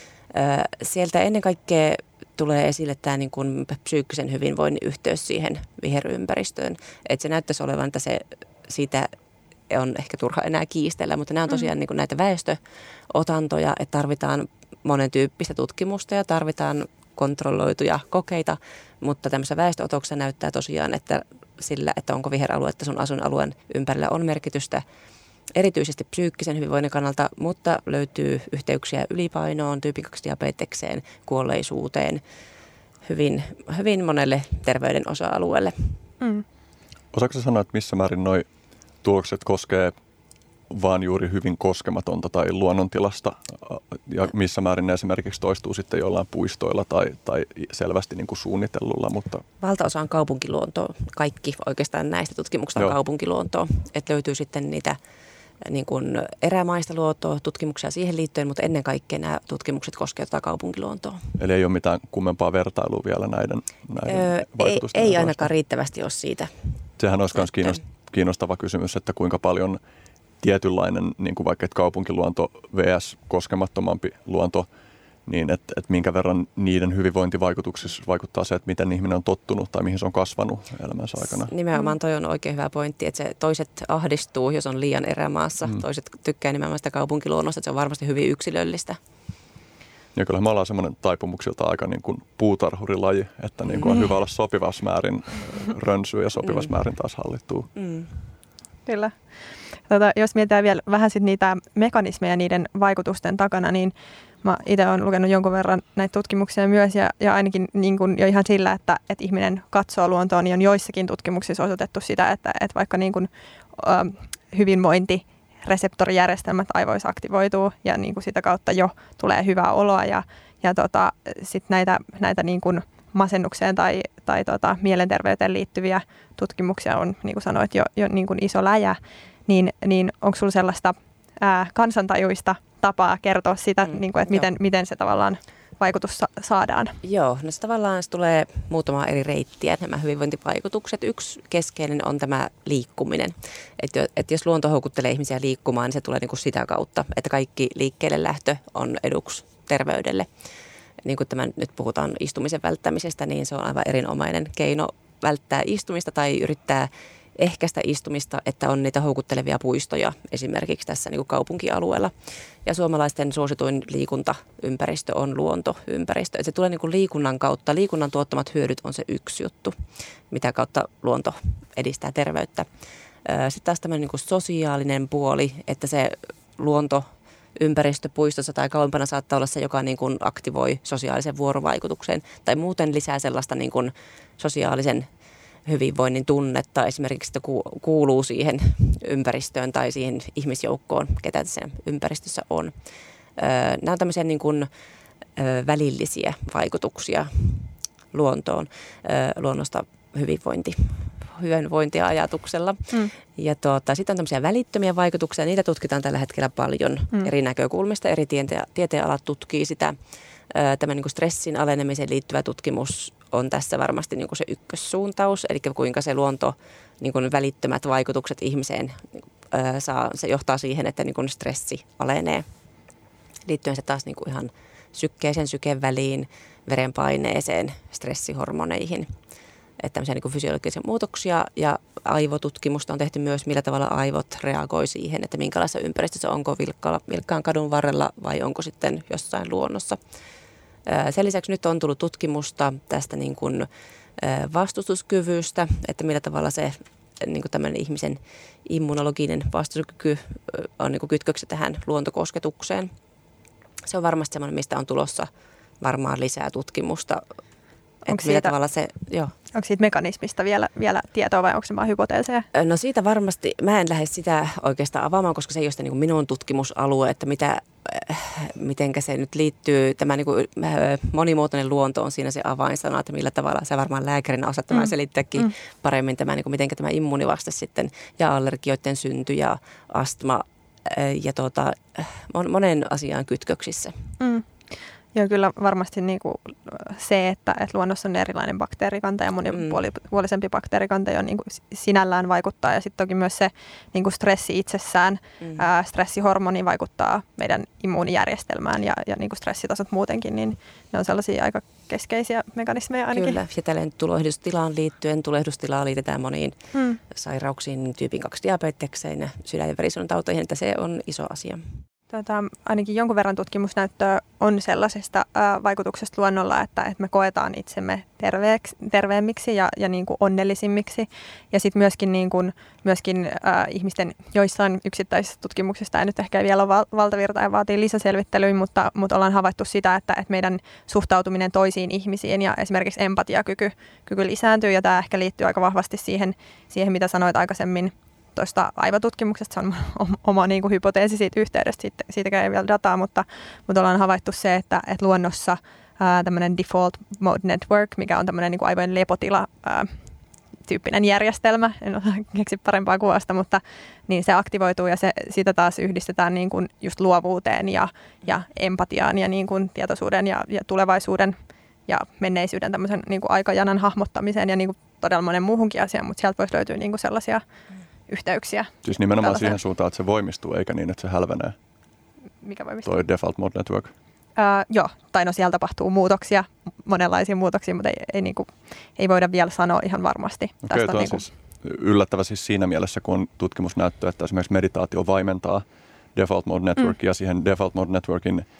Sieltä ennen kaikkea tulee esille tämä niin kuin psyykkisen hyvinvoinnin yhteys siihen viherympäristöön. Että se näyttäisi olevan, että se siitä on ehkä turha enää kiistellä, mutta nämä on tosiaan mm. niin kuin näitä väestöotantoja, että tarvitaan monen tyyppistä tutkimusta ja tarvitaan kontrolloituja kokeita, mutta tämmöisessä väestöotoksessa näyttää tosiaan, että sillä, että onko viheraluetta sun asuinalueen ympärillä on merkitystä erityisesti psyykkisen hyvinvoinnin kannalta, mutta löytyy yhteyksiä ylipainoon, tyypin kaksi diabetekseen, kuolleisuuteen, hyvin, hyvin monelle terveyden osa-alueelle. Mm. Osaatko sanoa, että missä määrin nuo tulokset koskee vaan juuri hyvin koskematonta tai luonnontilasta ja missä määrin ne esimerkiksi toistuu sitten jollain puistoilla tai, tai selvästi niin kuin suunnitellulla. Mutta valtaosa on kaupunkiluontoa. Kaikki oikeastaan näistä tutkimuksista on Joo. kaupunkiluontoa. Että löytyy sitten niitä niin kuin erämaista luontoa, tutkimuksia siihen liittyen, mutta ennen kaikkea nämä tutkimukset koskevat tätä kaupunkiluontoa. Eli ei ole mitään kummempaa vertailua vielä näiden, näiden öö, vaikutusten Ei, ei ainakaan riittävästi ole siitä. Sehän olisi myös kiinnostava kysymys, että kuinka paljon tietynlainen, niin kuin vaikka että kaupunkiluonto versus koskemattomampi luonto, niin että, että minkä verran niiden hyvinvointivaikutuksissa vaikuttaa se, että miten ihminen on tottunut tai mihin se on kasvanut elämänsä aikana. Nimenomaan toi on oikein hyvä pointti, että se toiset ahdistuu, jos on liian erämaassa. Mm. Toiset tykkää nimenomaan sitä kaupunkiluonnosta, että se on varmasti hyvin yksilöllistä. Ja kyllä me ollaan semmoinen taipumuksilta aika niin kuin puutarhurilaji, että niin kuin on hyvä olla sopivassa määrin rönsyä ja sopivassa mm. määrin taas hallittua. Mm. Kyllä. Tota, jos mietitään vielä vähän sit niitä mekanismeja niiden vaikutusten takana, niin mä itse olen lukenut jonkun verran näitä tutkimuksia myös ja, ja ainakin niin kun jo ihan sillä, että, että ihminen katsoo luontoon, niin on joissakin tutkimuksissa osoitettu sitä, että, että vaikka niin kun, ö, hyvinvointireseptorijärjestelmät aivoissa aktivoituu ja niin kun sitä kautta jo tulee hyvää oloa ja, ja tota, sitten näitä, näitä niin kun masennukseen tai, tai tota, mielenterveyteen liittyviä tutkimuksia on, niin kuin sanoit, jo, jo niin kuin iso läjä, niin, niin onko sinulla sellaista ää, kansantajuista tapaa kertoa sitä, mm, niin kuin, että miten, miten se tavallaan vaikutus sa- saadaan? Joo, no se tavallaan se tulee muutama eri reittiä, nämä hyvinvointivaikutukset. Yksi keskeinen on tämä liikkuminen. Että et jos luonto houkuttelee ihmisiä liikkumaan, niin se tulee niin kuin sitä kautta, että kaikki liikkeelle lähtö on eduksi terveydelle. Niin kuin tämän, nyt puhutaan istumisen välttämisestä, niin se on aivan erinomainen keino välttää istumista tai yrittää ehkäistä istumista, että on niitä houkuttelevia puistoja esimerkiksi tässä niin kuin kaupunkialueella. Ja suomalaisten suosituin liikuntaympäristö on luontoympäristö. Että se tulee niin kuin liikunnan kautta. Liikunnan tuottamat hyödyt on se yksi juttu, mitä kautta luonto edistää terveyttä. Sitten taas tämmöinen niin kuin sosiaalinen puoli, että se luonto ympäristöpuistossa tai kauempana saattaa olla se, joka niin kuin aktivoi sosiaalisen vuorovaikutuksen tai muuten lisää sellaista niin kuin sosiaalisen hyvinvoinnin tunnetta, esimerkiksi että kuuluu siihen ympäristöön tai siihen ihmisjoukkoon, ketä tässä ympäristössä on. Nämä on tämmöisiä niin kuin välillisiä vaikutuksia luontoon, luonnosta hyvinvointi. hyvinvointia ajatuksella. Mm. Ja tuota, sitten on tämmöisiä välittömiä vaikutuksia, niitä tutkitaan tällä hetkellä paljon mm. eri näkökulmista. Eri tiete- tieteenalat tutkii sitä. Tämä niin kuin stressin alenemiseen liittyvä tutkimus on tässä varmasti niin kuin se ykkössuuntaus, eli kuinka se luonto, niin kuin välittömät vaikutukset ihmiseen saa, se johtaa siihen, että niin kuin stressi alenee. Liittyen se taas niin kuin ihan sykkeeseen, sykeväliin, verenpaineeseen, stressihormoneihin. Että tämmöisiä niin kuin fysiologisia muutoksia ja aivotutkimusta on tehty myös, millä tavalla aivot reagoi siihen, että minkälaisessa ympäristössä onko vilkkaan, vilkkaan kadun varrella vai onko sitten jossain luonnossa. Sen lisäksi nyt on tullut tutkimusta tästä niin kuin vastustuskyvystä, että millä tavalla se niin kuin tämmöinen ihmisen immunologinen vastustuskyky on niin kuin kytköksi tähän luontokosketukseen. Se on varmasti semmoinen, mistä on tulossa varmaan lisää tutkimusta. Että millä tavalla se, joo. Onko siitä mekanismista vielä, vielä tietoa vai onko se vaan hypoteeseja? No siitä varmasti, mä en lähde sitä oikeastaan avaamaan, koska se ei ole sitä niin kuin minun tutkimusalue, että mitä, mitenkä se nyt liittyy. Tämä niin kuin monimuotoinen luonto on siinä se avainsana, että millä tavalla se varmaan lääkärinä osaat tämän mm. selittääkin mm. paremmin, tämä, niin kuin mitenkä tämä immuunivaste sitten ja allergioiden synty ja astma ja tuota, monen asian kytköksissä. Mm. Joo, kyllä varmasti niin kuin se, että, että luonnossa on erilainen bakteerikanta ja monipuolisempi bakteerikanta jo niin kuin sinällään vaikuttaa. Ja sitten toki myös se niin kuin stressi itsessään, mm. ää, stressihormoni vaikuttaa meidän immuunijärjestelmään ja, ja niin kuin stressitasot muutenkin, niin ne on sellaisia aika keskeisiä mekanismeja ainakin. Kyllä, ja tälleen tulehdustilaan liittyen, tulehdustilaa liitetään moniin mm. sairauksiin, tyypin kaksi diabetekseen ja sydän- ja verisuonitauteihin, että se on iso asia. Tota, ainakin jonkun verran tutkimusnäyttöä on sellaisesta ää, vaikutuksesta luonnolla, että, että me koetaan itsemme terveeksi, terveemmiksi ja, ja niin kuin onnellisimmiksi. Ja sitten myöskin, niin kuin, myöskin ää, ihmisten joissain yksittäisissä tutkimuksissa, ja nyt ehkä vielä val- valtavirta ja vaatii lisäselvittelyä, mutta, mutta ollaan havaittu sitä, että, että meidän suhtautuminen toisiin ihmisiin ja esimerkiksi empatiakyky kyky lisääntyy. Ja tämä ehkä liittyy aika vahvasti siihen, siihen mitä sanoit aikaisemmin tuosta aivotutkimuksesta. Se on oma niin kuin hypoteesi siitä yhteydestä, siitä, siitäkään ei vielä dataa, mutta, mutta ollaan havaittu se, että, että luonnossa ää, tämmöinen default mode network, mikä on tämmöinen niin kuin aivojen lepotila ää, tyyppinen järjestelmä, en osaa keksiä parempaa kuvausta, mutta niin se aktivoituu ja se, sitä taas yhdistetään niin kuin just luovuuteen ja, ja empatiaan ja niin kuin tietoisuuden ja, ja tulevaisuuden ja menneisyyden tämmöisen niin kuin aikajanan hahmottamiseen ja niin kuin todella monen muuhunkin asiaan, mutta sieltä voisi löytyä niin kuin sellaisia yhteyksiä. Siis nimenomaan tällaisen siihen suuntaan, että se voimistuu, eikä niin, että se hälvenee. Mikä voimistuu? Toi default mode network. Öö, joo, tai no siellä tapahtuu muutoksia, monenlaisia muutoksia, mutta ei, ei, niin kuin, ei voida vielä sanoa ihan varmasti. Okei, tästä tuo on niin kuin siis yllättävä siis siinä mielessä, kun on tutkimusnäyttöä, että esimerkiksi meditaatio vaimentaa default mode networkia, mm. ja siihen default mode networkin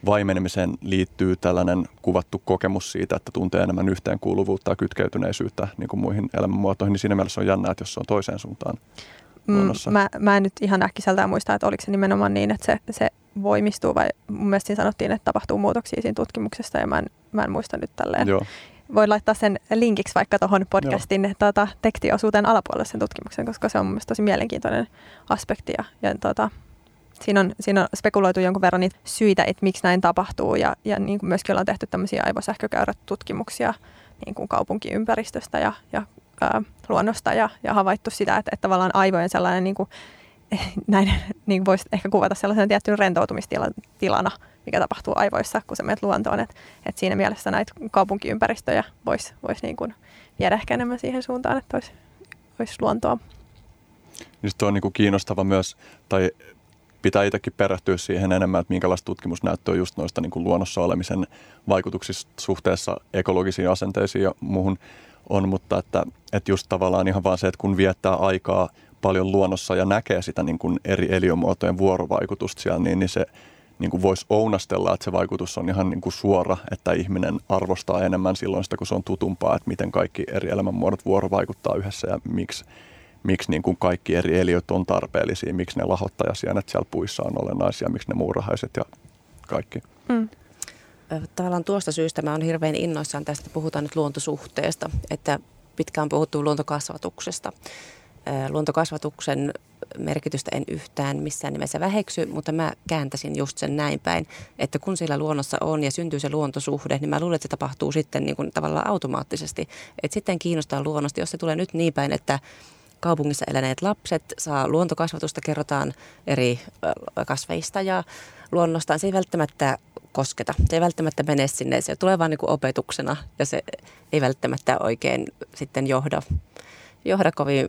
vaimenemiseen liittyy tällainen kuvattu kokemus siitä, että tuntee enemmän yhteenkuuluvuutta ja kytkeytyneisyyttä niin kuin muihin elämänmuotoihin, niin siinä mielessä on jännää, että jos se on toiseen suuntaan luonnossa. Mm, mä, mä en nyt ihan äkkiseltään muista, että oliko se nimenomaan niin, että se, se voimistuu vai mun mielestä siinä sanottiin, että tapahtuu muutoksia siinä tutkimuksesta ja mä en, mä en muista nyt tälleen. Joo. Voin laittaa sen linkiksi vaikka tuohon podcastin tuota, tekstiosuuteen alapuolelle sen tutkimuksen, koska se on mun mielestä tosi mielenkiintoinen aspekti. Ja, ja tuota, siinä, on, siinä on spekuloitu jonkun verran niitä syitä, että miksi näin tapahtuu. Ja, ja niin kuin myöskin ollaan tehty tämmöisiä aivosähkökäyrät-tutkimuksia niin kuin kaupunkiympäristöstä ja, ja ää, luonnosta ja, ja havaittu sitä, että, että tavallaan aivojen sellainen, niin kuin, näin niin kuin voisi ehkä kuvata sellaisen tiettyyn rentoutumistilana, mikä tapahtuu aivoissa, kun sä menet luontoon. Et, et siinä mielessä näitä kaupunkiympäristöjä voisi vois niin kuin viedä ehkä enemmän siihen suuntaan, että olisi, olisi luontoa. Niin se on niin kuin kiinnostava myös, tai pitää itsekin perehtyä siihen enemmän, että minkälaista tutkimusnäyttöä just noista niin kuin luonnossa olemisen vaikutuksista suhteessa ekologisiin asenteisiin ja muuhun on, mutta että, että just tavallaan ihan vaan se, että kun viettää aikaa paljon luonnossa ja näkee sitä niin kuin eri eliömuotojen vuorovaikutusta siellä, niin, niin se niin kuin voisi ounastella, että se vaikutus on ihan niin kuin suora, että ihminen arvostaa enemmän silloin sitä, kun se on tutumpaa, että miten kaikki eri elämänmuodot vuorovaikuttaa yhdessä ja miksi, miksi niin kuin kaikki eri eliöt on tarpeellisia, miksi ne lahottajasienet siellä puissa on olennaisia, miksi ne muurahaiset ja kaikki. Mm. Tavallaan tuosta syystä mä oon hirveän innoissaan tästä, että puhutaan nyt luontosuhteesta, että pitkään puhuttu luontokasvatuksesta. Luontokasvatuksen merkitystä en yhtään missään nimessä väheksy, mutta mä kääntäisin just sen näin päin, että kun siellä luonnossa on ja syntyy se luontosuhde, niin mä luulen, että se tapahtuu sitten niin kuin tavallaan automaattisesti. Että sitten kiinnostaa luonnosta, jos se tulee nyt niin päin, että kaupungissa eläneet lapset saa luontokasvatusta, kerrotaan eri kasveista ja luonnostaan. Se ei välttämättä kosketa, se ei välttämättä mene sinne, se tulee vaan niin kuin opetuksena ja se ei välttämättä oikein sitten johda, johda kovin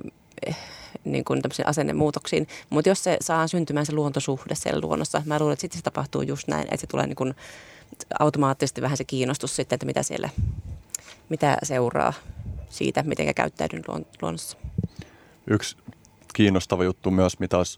niin kuin tämmöisiin asennemuutoksiin. Mutta jos se saa syntymään se luontosuhde siellä luonnossa, mä luulen, että sitten se tapahtuu just näin, että se tulee niin kuin automaattisesti vähän se kiinnostus sitten, että mitä siellä, mitä seuraa siitä, miten käyttäydyn luonnossa. Yksi kiinnostava juttu myös, mitä olisi,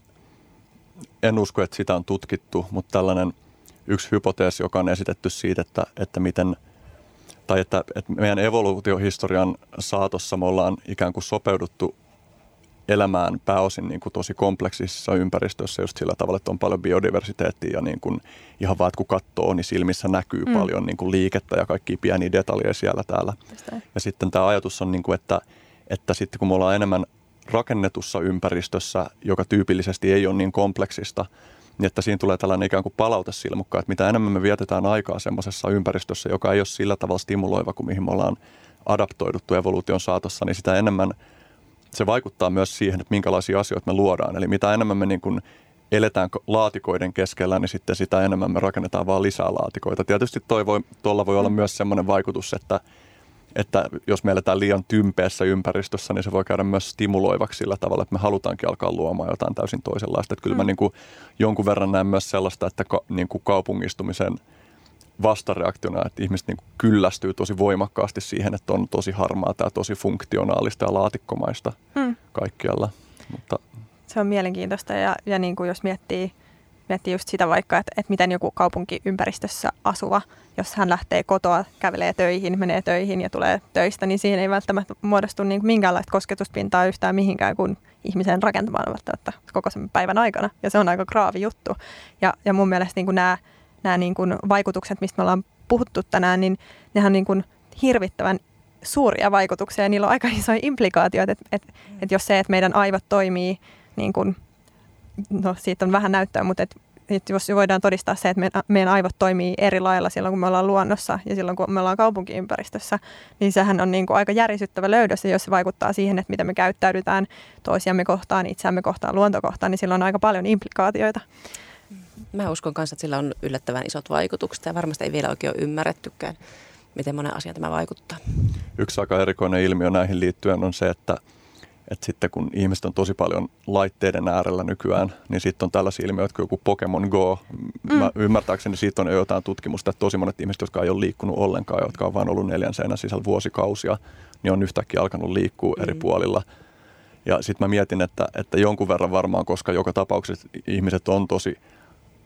en usko, että sitä on tutkittu, mutta tällainen yksi hypoteesi, joka on esitetty siitä, että, että miten, tai että, että meidän evoluutiohistorian saatossa me ollaan ikään kuin sopeuduttu elämään pääosin niin kuin tosi kompleksisissa ympäristöissä just sillä tavalla, että on paljon biodiversiteettiä ja niin kuin ihan vaan, että kun katsoo, niin silmissä näkyy mm. paljon niin kuin liikettä ja kaikkia pieniä detaljeja siellä täällä. Ja sitten tämä ajatus on, niin kuin, että, että sitten kun me ollaan enemmän rakennetussa ympäristössä, joka tyypillisesti ei ole niin kompleksista, niin että siinä tulee tällainen ikään kuin palautesilmukka, että mitä enemmän me vietetään aikaa semmoisessa ympäristössä, joka ei ole sillä tavalla stimuloiva kuin mihin me ollaan adaptoiduttu evoluution saatossa, niin sitä enemmän se vaikuttaa myös siihen, että minkälaisia asioita me luodaan. Eli mitä enemmän me niin kuin eletään laatikoiden keskellä, niin sitten sitä enemmän me rakennetaan vaan lisää laatikoita. Tietysti tuolla voi, voi olla myös semmoinen vaikutus, että, että jos me eletään liian tympeässä ympäristössä, niin se voi käydä myös stimuloivaksi sillä tavalla, että me halutaankin alkaa luomaan jotain täysin toisenlaista. Että kyllä mä niin kuin jonkun verran näen myös sellaista, että ka, niin kuin kaupungistumisen vastareaktiona, että ihmiset niin kuin kyllästyy tosi voimakkaasti siihen, että on tosi harmaata ja tosi funktionaalista ja laatikkomaista hmm. kaikkialla. Mutta se on mielenkiintoista ja, ja niin kuin jos miettii, miettii just sitä vaikka, että, että miten joku kaupunkiympäristössä asuva, jos hän lähtee kotoa, kävelee töihin, menee töihin ja tulee töistä, niin siihen ei välttämättä muodostu niin kuin minkäänlaista kosketuspintaa yhtään mihinkään kuin ihmisen rakentamaan välttämättä koko sen päivän aikana. Ja se on aika graavi juttu. Ja, ja mun mielestä niin kuin nämä nämä niin kuin vaikutukset, mistä me ollaan puhuttu tänään, niin nehän on niin kuin hirvittävän suuria vaikutuksia ja niillä on aika isoja implikaatioita, että, että, että jos se, että meidän aivot toimii, niin kuin, no siitä on vähän näyttöä, mutta että, että jos voidaan todistaa se, että meidän, meidän aivot toimii eri lailla silloin, kun me ollaan luonnossa ja silloin, kun me ollaan kaupunkiympäristössä, niin sehän on niin kuin aika järisyttävä löydös ja jos se vaikuttaa siihen, että miten me käyttäydytään toisiamme kohtaan, itseämme kohtaan, luontokohtaan, niin sillä on aika paljon implikaatioita. Mä uskon kanssa, että sillä on yllättävän isot vaikutukset ja varmasti ei vielä oikein ole ymmärrettykään, miten monen asian tämä vaikuttaa. Yksi aika erikoinen ilmiö näihin liittyen on se, että, että sitten kun ihmiset on tosi paljon laitteiden äärellä nykyään, niin sitten on tällaisia ilmiöitä kuin joku Pokemon Go. Mä mm. ymmärtääkseni siitä on jo jotain tutkimusta, että tosi monet ihmiset, jotka ei ole liikkunut ollenkaan, jotka on vain ollut neljän seinän sisällä vuosikausia, niin on yhtäkkiä alkanut liikkua mm. eri puolilla. Ja sitten mä mietin, että, että jonkun verran varmaan, koska joka tapauksessa ihmiset on tosi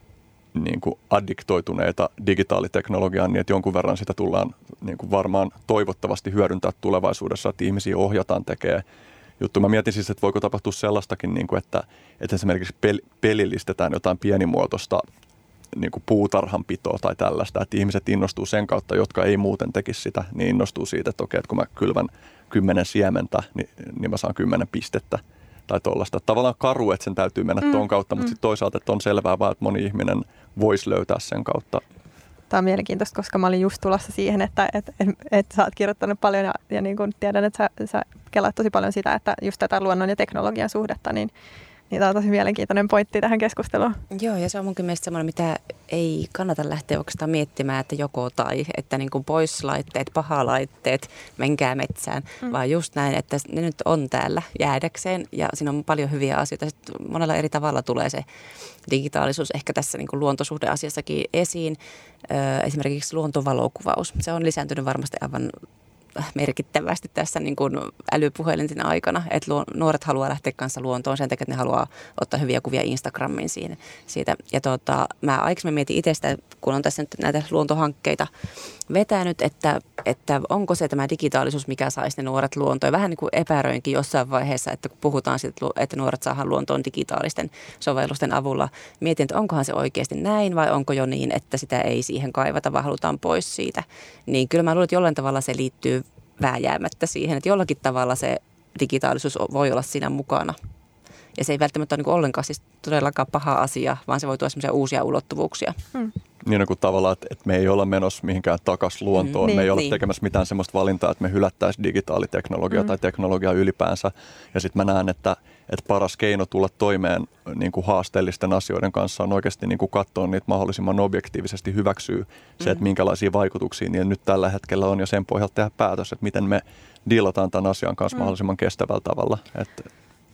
niin kuin addiktoituneita digitaaliteknologiaan, niin että jonkun verran sitä tullaan niin kuin varmaan toivottavasti hyödyntää tulevaisuudessa, että ihmisiä ohjataan tekee juttu. Mä mietin siis, että voiko tapahtua sellaistakin, niin kuin että, että esimerkiksi pel- pelillistetään jotain pienimuotoista niin kuin puutarhanpitoa tai tällaista, että ihmiset innostuu sen kautta, jotka ei muuten tekisi sitä, niin innostuu siitä, että okei, että kun mä kylvän kymmenen siementä, niin, niin mä saan kymmenen pistettä tai tuollaista. Tavallaan karu, että sen täytyy mennä mm, tuon kautta, mutta mm. sitten toisaalta, että on selvää vaan, että moni ihminen voisi löytää sen kautta. Tämä on mielenkiintoista, koska mä olin just tulossa siihen, että et, et, et sä oot kirjoittanut paljon ja, ja niin kuin tiedän, että sä, sä kelaat tosi paljon sitä, että just tätä luonnon ja teknologian suhdetta, niin Niin tämä on tosi mielenkiintoinen pointti tähän keskusteluun. Joo, ja se on munkin mielestä semmoinen, mitä ei kannata lähteä oikeastaan miettimään, että joko tai, että niin kuin pois laitteet, pahalaitteet, menkää metsään, mm. vaan just näin, että ne nyt on täällä jäädäkseen ja siinä on paljon hyviä asioita. Sitten monella eri tavalla tulee se digitaalisuus ehkä tässä niin kuin luontosuhdeasiassakin esiin. Esimerkiksi luontovalokuvaus. Se on lisääntynyt varmasti aivan merkittävästi tässä niin kuin älypuhelinten aikana, että nuoret haluaa lähteä kanssa luontoon sen takia, että ne haluaa ottaa hyviä kuvia Instagramiin siinä, siitä. Ja tota, mä aikaisemmin mietin itsestä, kun on tässä nyt näitä luontohankkeita vetänyt, että, että onko se tämä digitaalisuus, mikä saisi ne nuoret luontoon. Vähän niin kuin epäröinkin jossain vaiheessa, että kun puhutaan siitä, että nuoret saadaan luontoon digitaalisten sovellusten avulla, mietin, että onkohan se oikeasti näin vai onko jo niin, että sitä ei siihen kaivata, vaan halutaan pois siitä. Niin kyllä mä luulen, että jollain tavalla se liittyy vääjäämättä siihen, että jollakin tavalla se digitaalisuus voi olla siinä mukana. Ja se ei välttämättä ole niin ollenkaan siis todellakaan paha asia, vaan se voi tuoda sellaisia uusia ulottuvuuksia. Hmm. Niin kuin tavallaan, että, että me ei olla menossa mihinkään takaisin luontoon. Mm, niin, me ei olla niin. tekemässä mitään sellaista valintaa, että me hylättäisiin digitaaliteknologiaa mm. tai teknologiaa ylipäänsä. Ja sitten mä näen, että, että paras keino tulla toimeen niin kuin haasteellisten asioiden kanssa on oikeasti niin kuin katsoa niitä mahdollisimman objektiivisesti, hyväksyä mm. se, että minkälaisia vaikutuksia niin nyt tällä hetkellä on ja sen pohjalta tehdä päätös, että miten me dealataan tämän asian kanssa mm. mahdollisimman kestävällä tavalla. Että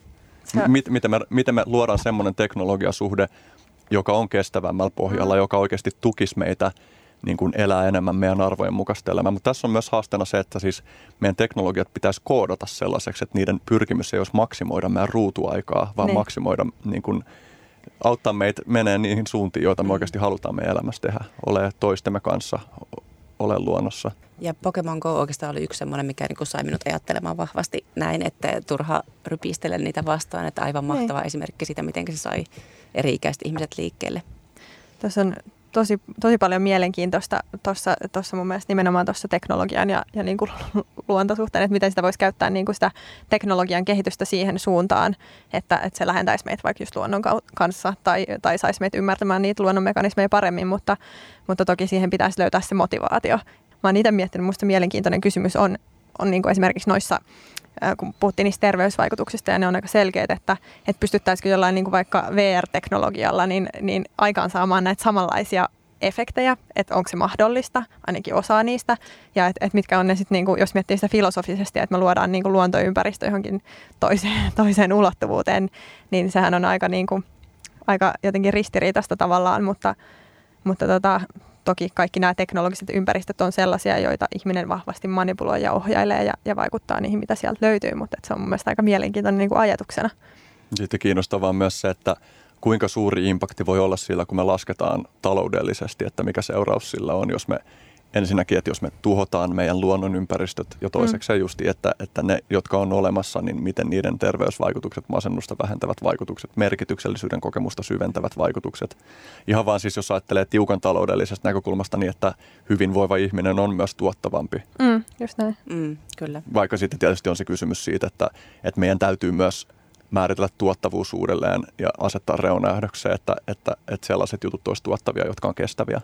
Mit, miten, me, miten me luodaan semmoinen teknologiasuhde, joka on kestävämmällä pohjalla, mm. joka oikeasti tukisi meitä niin kuin elää enemmän meidän arvojen mukaista elämää. Mutta tässä on myös haasteena se, että siis meidän teknologiat pitäisi koodata sellaiseksi, että niiden pyrkimys ei olisi maksimoida meidän ruutuaikaa, vaan niin. maksimoida, niin kuin, auttaa meitä menee niihin suuntiin, joita me oikeasti halutaan meidän elämässä tehdä. Ole toistemme kanssa, ole luonnossa. Ja Pokemon Go oikeastaan oli yksi semmoinen, mikä niin sai minut ajattelemaan vahvasti näin, että turha rypistele niitä vastaan. Että aivan mahtava Ei. esimerkki siitä, miten se sai eri-ikäiset ihmiset liikkeelle. Tässä on tosi, tosi paljon mielenkiintoista tuossa mun mielestä nimenomaan tuossa teknologian ja, ja niin kuin luontosuhteen, että miten sitä voisi käyttää niin kuin sitä teknologian kehitystä siihen suuntaan, että, että se lähentäisi meitä vaikka just luonnon kanssa tai, tai saisi meitä ymmärtämään niitä luonnon mekanismeja paremmin, mutta, mutta toki siihen pitäisi löytää se motivaatio. Mä oon itse miettinyt, minusta mielenkiintoinen kysymys on, on niin kuin esimerkiksi noissa, kun puhuttiin niistä terveysvaikutuksista ja ne on aika selkeät, että, että pystyttäisikö jollain niin kuin vaikka V R-teknologialla niin, niin aikaan saamaan näitä samanlaisia efektejä, että onko se mahdollista, ainakin osaa niistä, ja että et mitkä on ne sitten, niin jos miettii sitä filosofisesti, että me luodaan niin kuin luontoympäristö johonkin toiseen, toiseen ulottuvuuteen, niin sehän on aika, niin kuin, aika jotenkin ristiriitaista tavallaan, mutta, mutta tota, toki kaikki nämä teknologiset ympäristöt on sellaisia, joita ihminen vahvasti manipuloi ja ohjailee ja, ja vaikuttaa niihin, mitä sieltä löytyy, mutta se on mun mielestä aika mielenkiintoinen niin kuin ajatuksena. Sitten kiinnostavaa myös se, että kuinka suuri impakti voi olla sillä, kun me lasketaan taloudellisesti, että mikä seuraus sillä on, jos me ensinnäkin, että jos me tuhotaan meidän luonnonympäristöt ja toiseksi mm. justi, että, että ne, jotka on olemassa, niin miten niiden terveysvaikutukset, masennusta vähentävät vaikutukset, merkityksellisyyden kokemusta syventävät vaikutukset. Ihan vaan siis, jos ajattelee tiukan taloudellisesta näkökulmasta, niin että hyvinvoiva ihminen on myös tuottavampi. Mm, just näin. Mm, kyllä. Vaikka sitten tietysti on se kysymys siitä, että, että meidän täytyy myös määritellä tuottavuus uudelleen ja asettaa reunaehdokseen, että, että, että sellaiset jutut olisi tuottavia, jotka on kestäviä.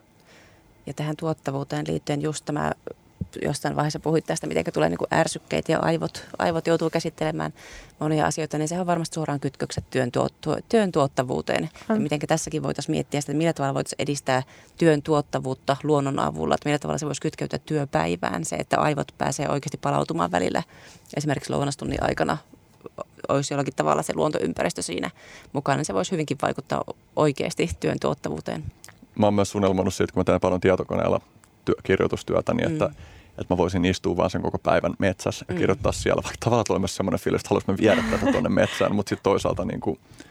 Ja tähän tuottavuuteen liittyen just tämä, jostain vaiheessa puhuit tästä, miten tulee niin kuin ärsykkeet ja aivot, aivot joutuu käsittelemään monia asioita, niin sehän on varmasti suoraan kytkökset työn, tuot, työn tuottavuuteen. Mm. Ja miten tässäkin voitaisiin miettiä sitä, että millä tavalla voitaisiin edistää työn tuottavuutta luonnon avulla, että millä tavalla se voisi kytkeytyä työpäivään, se, että aivot pääsee oikeasti palautumaan välillä. Esimerkiksi lounastunnin aikana olisi jollakin tavalla se luontoympäristö siinä mukana, niin se voisi hyvinkin vaikuttaa oikeasti työn tuottavuuteen. Mä oon myös unelmoinut siitä, kun mä teen paljon tietokoneella työ, kirjoitustyötä, niin että, mm. että mä voisin istua vaan sen koko päivän metsässä ja mm. kirjoittaa siellä. Vaikka tavallaan tulee myös semmoinen fiilis, että haluaisimme viedä tätä tuonne metsään, mutta sitten toisaalta niin kuin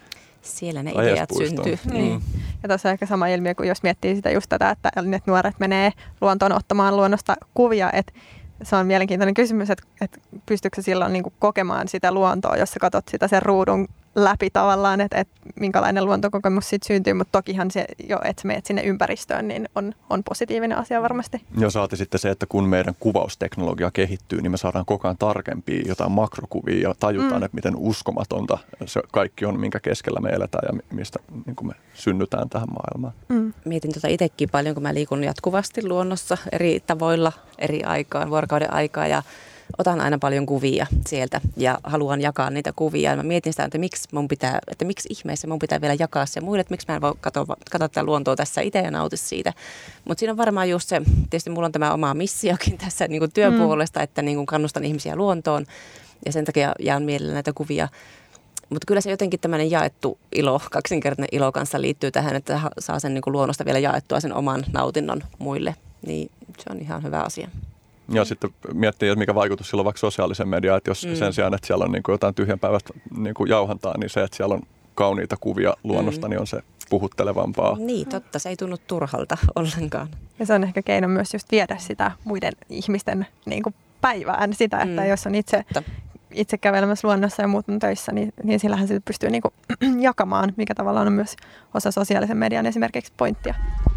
Siellä ne Tai ideat Espuistoon. syntyy. Niin. Ja tuossa on ehkä sama ilmiö kuin jos miettii sitä just tätä, että nyt nuoret menee luontoon ottamaan luonnosta kuvia, että se on mielenkiintoinen kysymys, että, että pystyykö se silloin niin kuin kokemaan sitä luontoa, jos sä katsot sitä sen ruudun läpi tavallaan, että, että minkälainen luontokokemus siitä syntyy, mutta tokihan se jo, että sä menet sinne ympäristöön, niin on, on positiivinen asia varmasti. Ja saati sitten se, että kun meidän kuvausteknologia kehittyy, niin me saadaan koko ajan tarkempia jotain makrokuvia ja tajutaan, mm. että miten uskomatonta se kaikki on, minkä keskellä me eletään ja mistä niin kuin me synnytään tähän maailmaan. Mm. Mietin tuota itsekin paljon, kun mä liikun jatkuvasti luonnossa eri tavoilla, eri aikaan, vuorokauden aikaa ja otan aina paljon kuvia sieltä ja haluan jakaa niitä kuvia. Ja mä mietin sitä, että miksi, mun pitää, että miksi ihmeessä mun pitää vielä jakaa se muille, että miksi mä en voi katsoa, katsoa tätä luontoa tässä itse ja nauti siitä. Mutta siinä on varmaan just se, tietysti mulla on tämä oma missiokin tässä niin kuin työn mm. puolesta, että niin kuin kannustan ihmisiä luontoon ja sen takia jaan mielellä näitä kuvia. Mutta kyllä se jotenkin tämmöinen jaettu ilo, kaksinkertainen ilo kanssa liittyy tähän, että saa sen niin kuin luonnosta vielä jaettua sen oman nautinnon muille. Niin se on ihan hyvä asia. Ja sitten miettii, että mikä vaikutus sillä on vaikka sosiaalisen mediaan, että jos mm. sen sijaan, että siellä on niin kuin jotain tyhjänpäiväistä niin kuin jauhantaa, niin se, että siellä on kauniita kuvia luonnosta, mm. niin on se puhuttelevampaa. Niin, totta. Se ei tunnu turhalta ollenkaan. Ja se on ehkä keino myös just viedä sitä muiden ihmisten niin kuin päivään, sitä, että mm. jos on itse, itse kävelemässä luonnossa ja muut on töissä, niin, niin sillähän se pystyy niin kuin jakamaan, mikä tavallaan on myös osa sosiaalisen median esimerkiksi pointtia.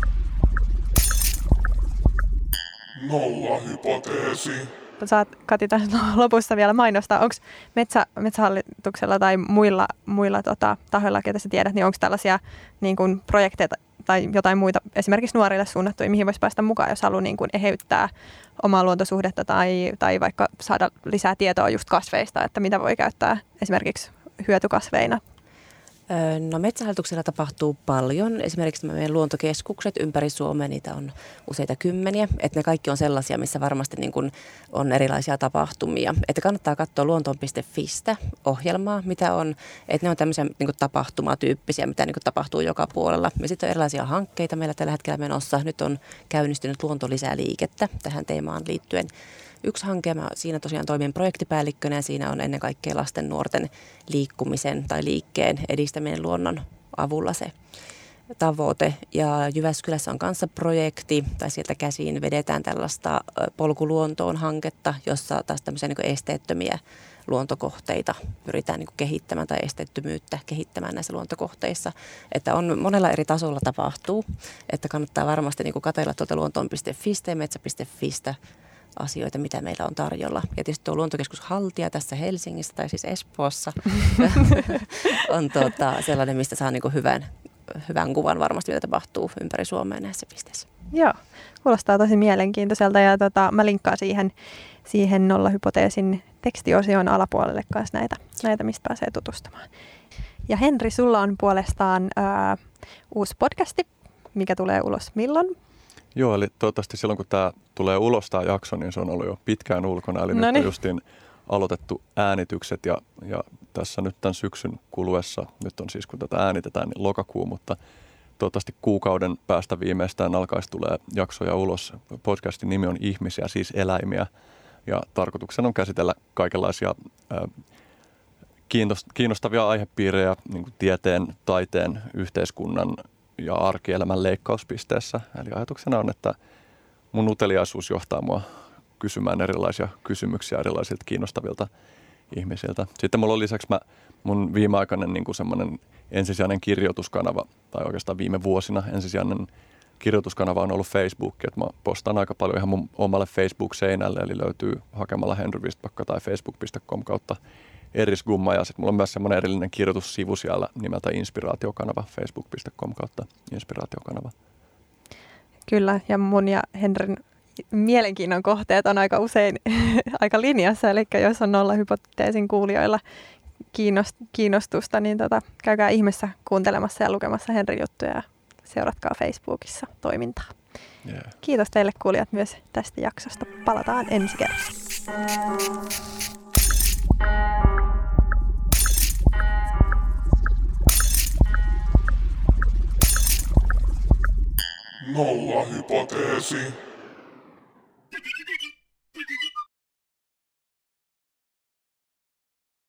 Nollahypoteesi. Saat Kati tässä lopussa vielä mainostaa, onko metsä, Metsähallituksella tai muilla, muilla tota, tahoilla, ketä sä tiedät, niin onko tällaisia niin kuin projekteja tai jotain muita esimerkiksi nuorille suunnattuja, mihin voisi päästä mukaan, jos haluaa niin kuin eheyttää omaa luontosuhdetta tai, tai vaikka saada lisää tietoa just kasveista, että mitä voi käyttää esimerkiksi hyötykasveina? No Metsähallituksella tapahtuu paljon. Esimerkiksi meidän luontokeskukset ympäri Suomea, niitä on useita kymmeniä. Että ne kaikki on sellaisia, missä varmasti niin kuin on erilaisia tapahtumia. Että kannattaa katsoa luontoon piste fistä ohjelmaa, mitä on. Että ne on tämmöisiä niin kuin tapahtumatyyppisiä, mitä niin kuin tapahtuu joka puolella. Ja sitten on erilaisia hankkeita meillä tällä hetkellä menossa. Nyt on käynnistynyt Luonto lisää liikettä tähän teemaan liittyen. Yksi hanke, mä siinä tosiaan toimin projektipäällikkönä ja siinä on ennen kaikkea lasten nuorten liikkumisen tai liikkeen edistäminen luonnon avulla se tavoite. Ja Jyväskylässä on kanssa projekti, tai sieltä käsiin vedetään tällaista polkuluontoon hanketta, jossa taas tämmöisiä niin kuin esteettömiä luontokohteita pyritään niin kuin kehittämään tai esteettömyyttä kehittämään näissä luontokohteissa. Että on monella eri tasolla tapahtuu, että kannattaa varmasti niin kuin katsella tuolta luontoon piste fistä ja metsä piste fistä asioita, mitä meillä on tarjolla. Ja tietysti tuo luontokeskus Haltia tässä Helsingissä tai siis Espoossa on tuota, sellainen, mistä saa niinku hyvän, hyvän kuvan varmasti, mitä tapahtuu ympäri Suomea näissä pisteissä. Joo, kuulostaa tosi mielenkiintoiselta ja tota, mä linkkaan siihen, siihen Nollahypoteesin tekstiosion alapuolelle kanssa näitä, näitä, mistä pääsee tutustumaan. Ja Henri, sulla on puolestaan ää, uusi podcasti, mikä tulee ulos milloin? Joo, eli toivottavasti silloin, kun tämä tulee ulos tämä jakso, niin se on ollut jo pitkään ulkona. Eli Noniin. Nyt on justiin aloitettu äänitykset ja, ja tässä nyt tämän syksyn kuluessa, nyt on siis kun tätä äänitetään, niin lokakuu, mutta toivottavasti kuukauden päästä viimeistään alkaisi tulee jaksoja ulos. Podcastin nimi on Ihmisiä, siis eläimiä. Ja tarkoituksena on käsitellä kaikenlaisia ää, kiinnostavia aihepiirejä niin kuin tieteen, taiteen, yhteiskunnan ja arkielämän leikkauspisteessä. Eli ajatuksena on, että mun uteliaisuus johtaa mua kysymään erilaisia kysymyksiä erilaisilta kiinnostavilta ihmisiltä. Sitten mulla on lisäksi mä, mun viimeaikainen niin kuin semmoinen ensisijainen kirjoituskanava, tai oikeastaan viime vuosina ensisijainen kirjoituskanava on ollut Facebook, että mä postaan aika paljon ihan mun omalle Facebook-seinälle, eli löytyy hakemalla henry vistbacka tai facebook piste com kautta erisgumma, ja sitten mulla on myös semmoinen erillinen kirjoitussivu siellä nimeltä Inspiraatiokanava, facebook piste com kautta Inspiraatiokanava. Kyllä, ja mun ja Henrin mielenkiinnon kohteet on aika usein aika linjassa, eli jos on Nollahypoteesin kuulijoilla kiinnostusta, niin tota, käykää ihmeessä kuuntelemassa ja lukemassa Henrin juttuja ja seuratkaa Facebookissa toimintaa. Yeah. Kiitos teille kuulijat myös tästä jaksosta. Palataan ensi kerralla. Nollahypoteesi.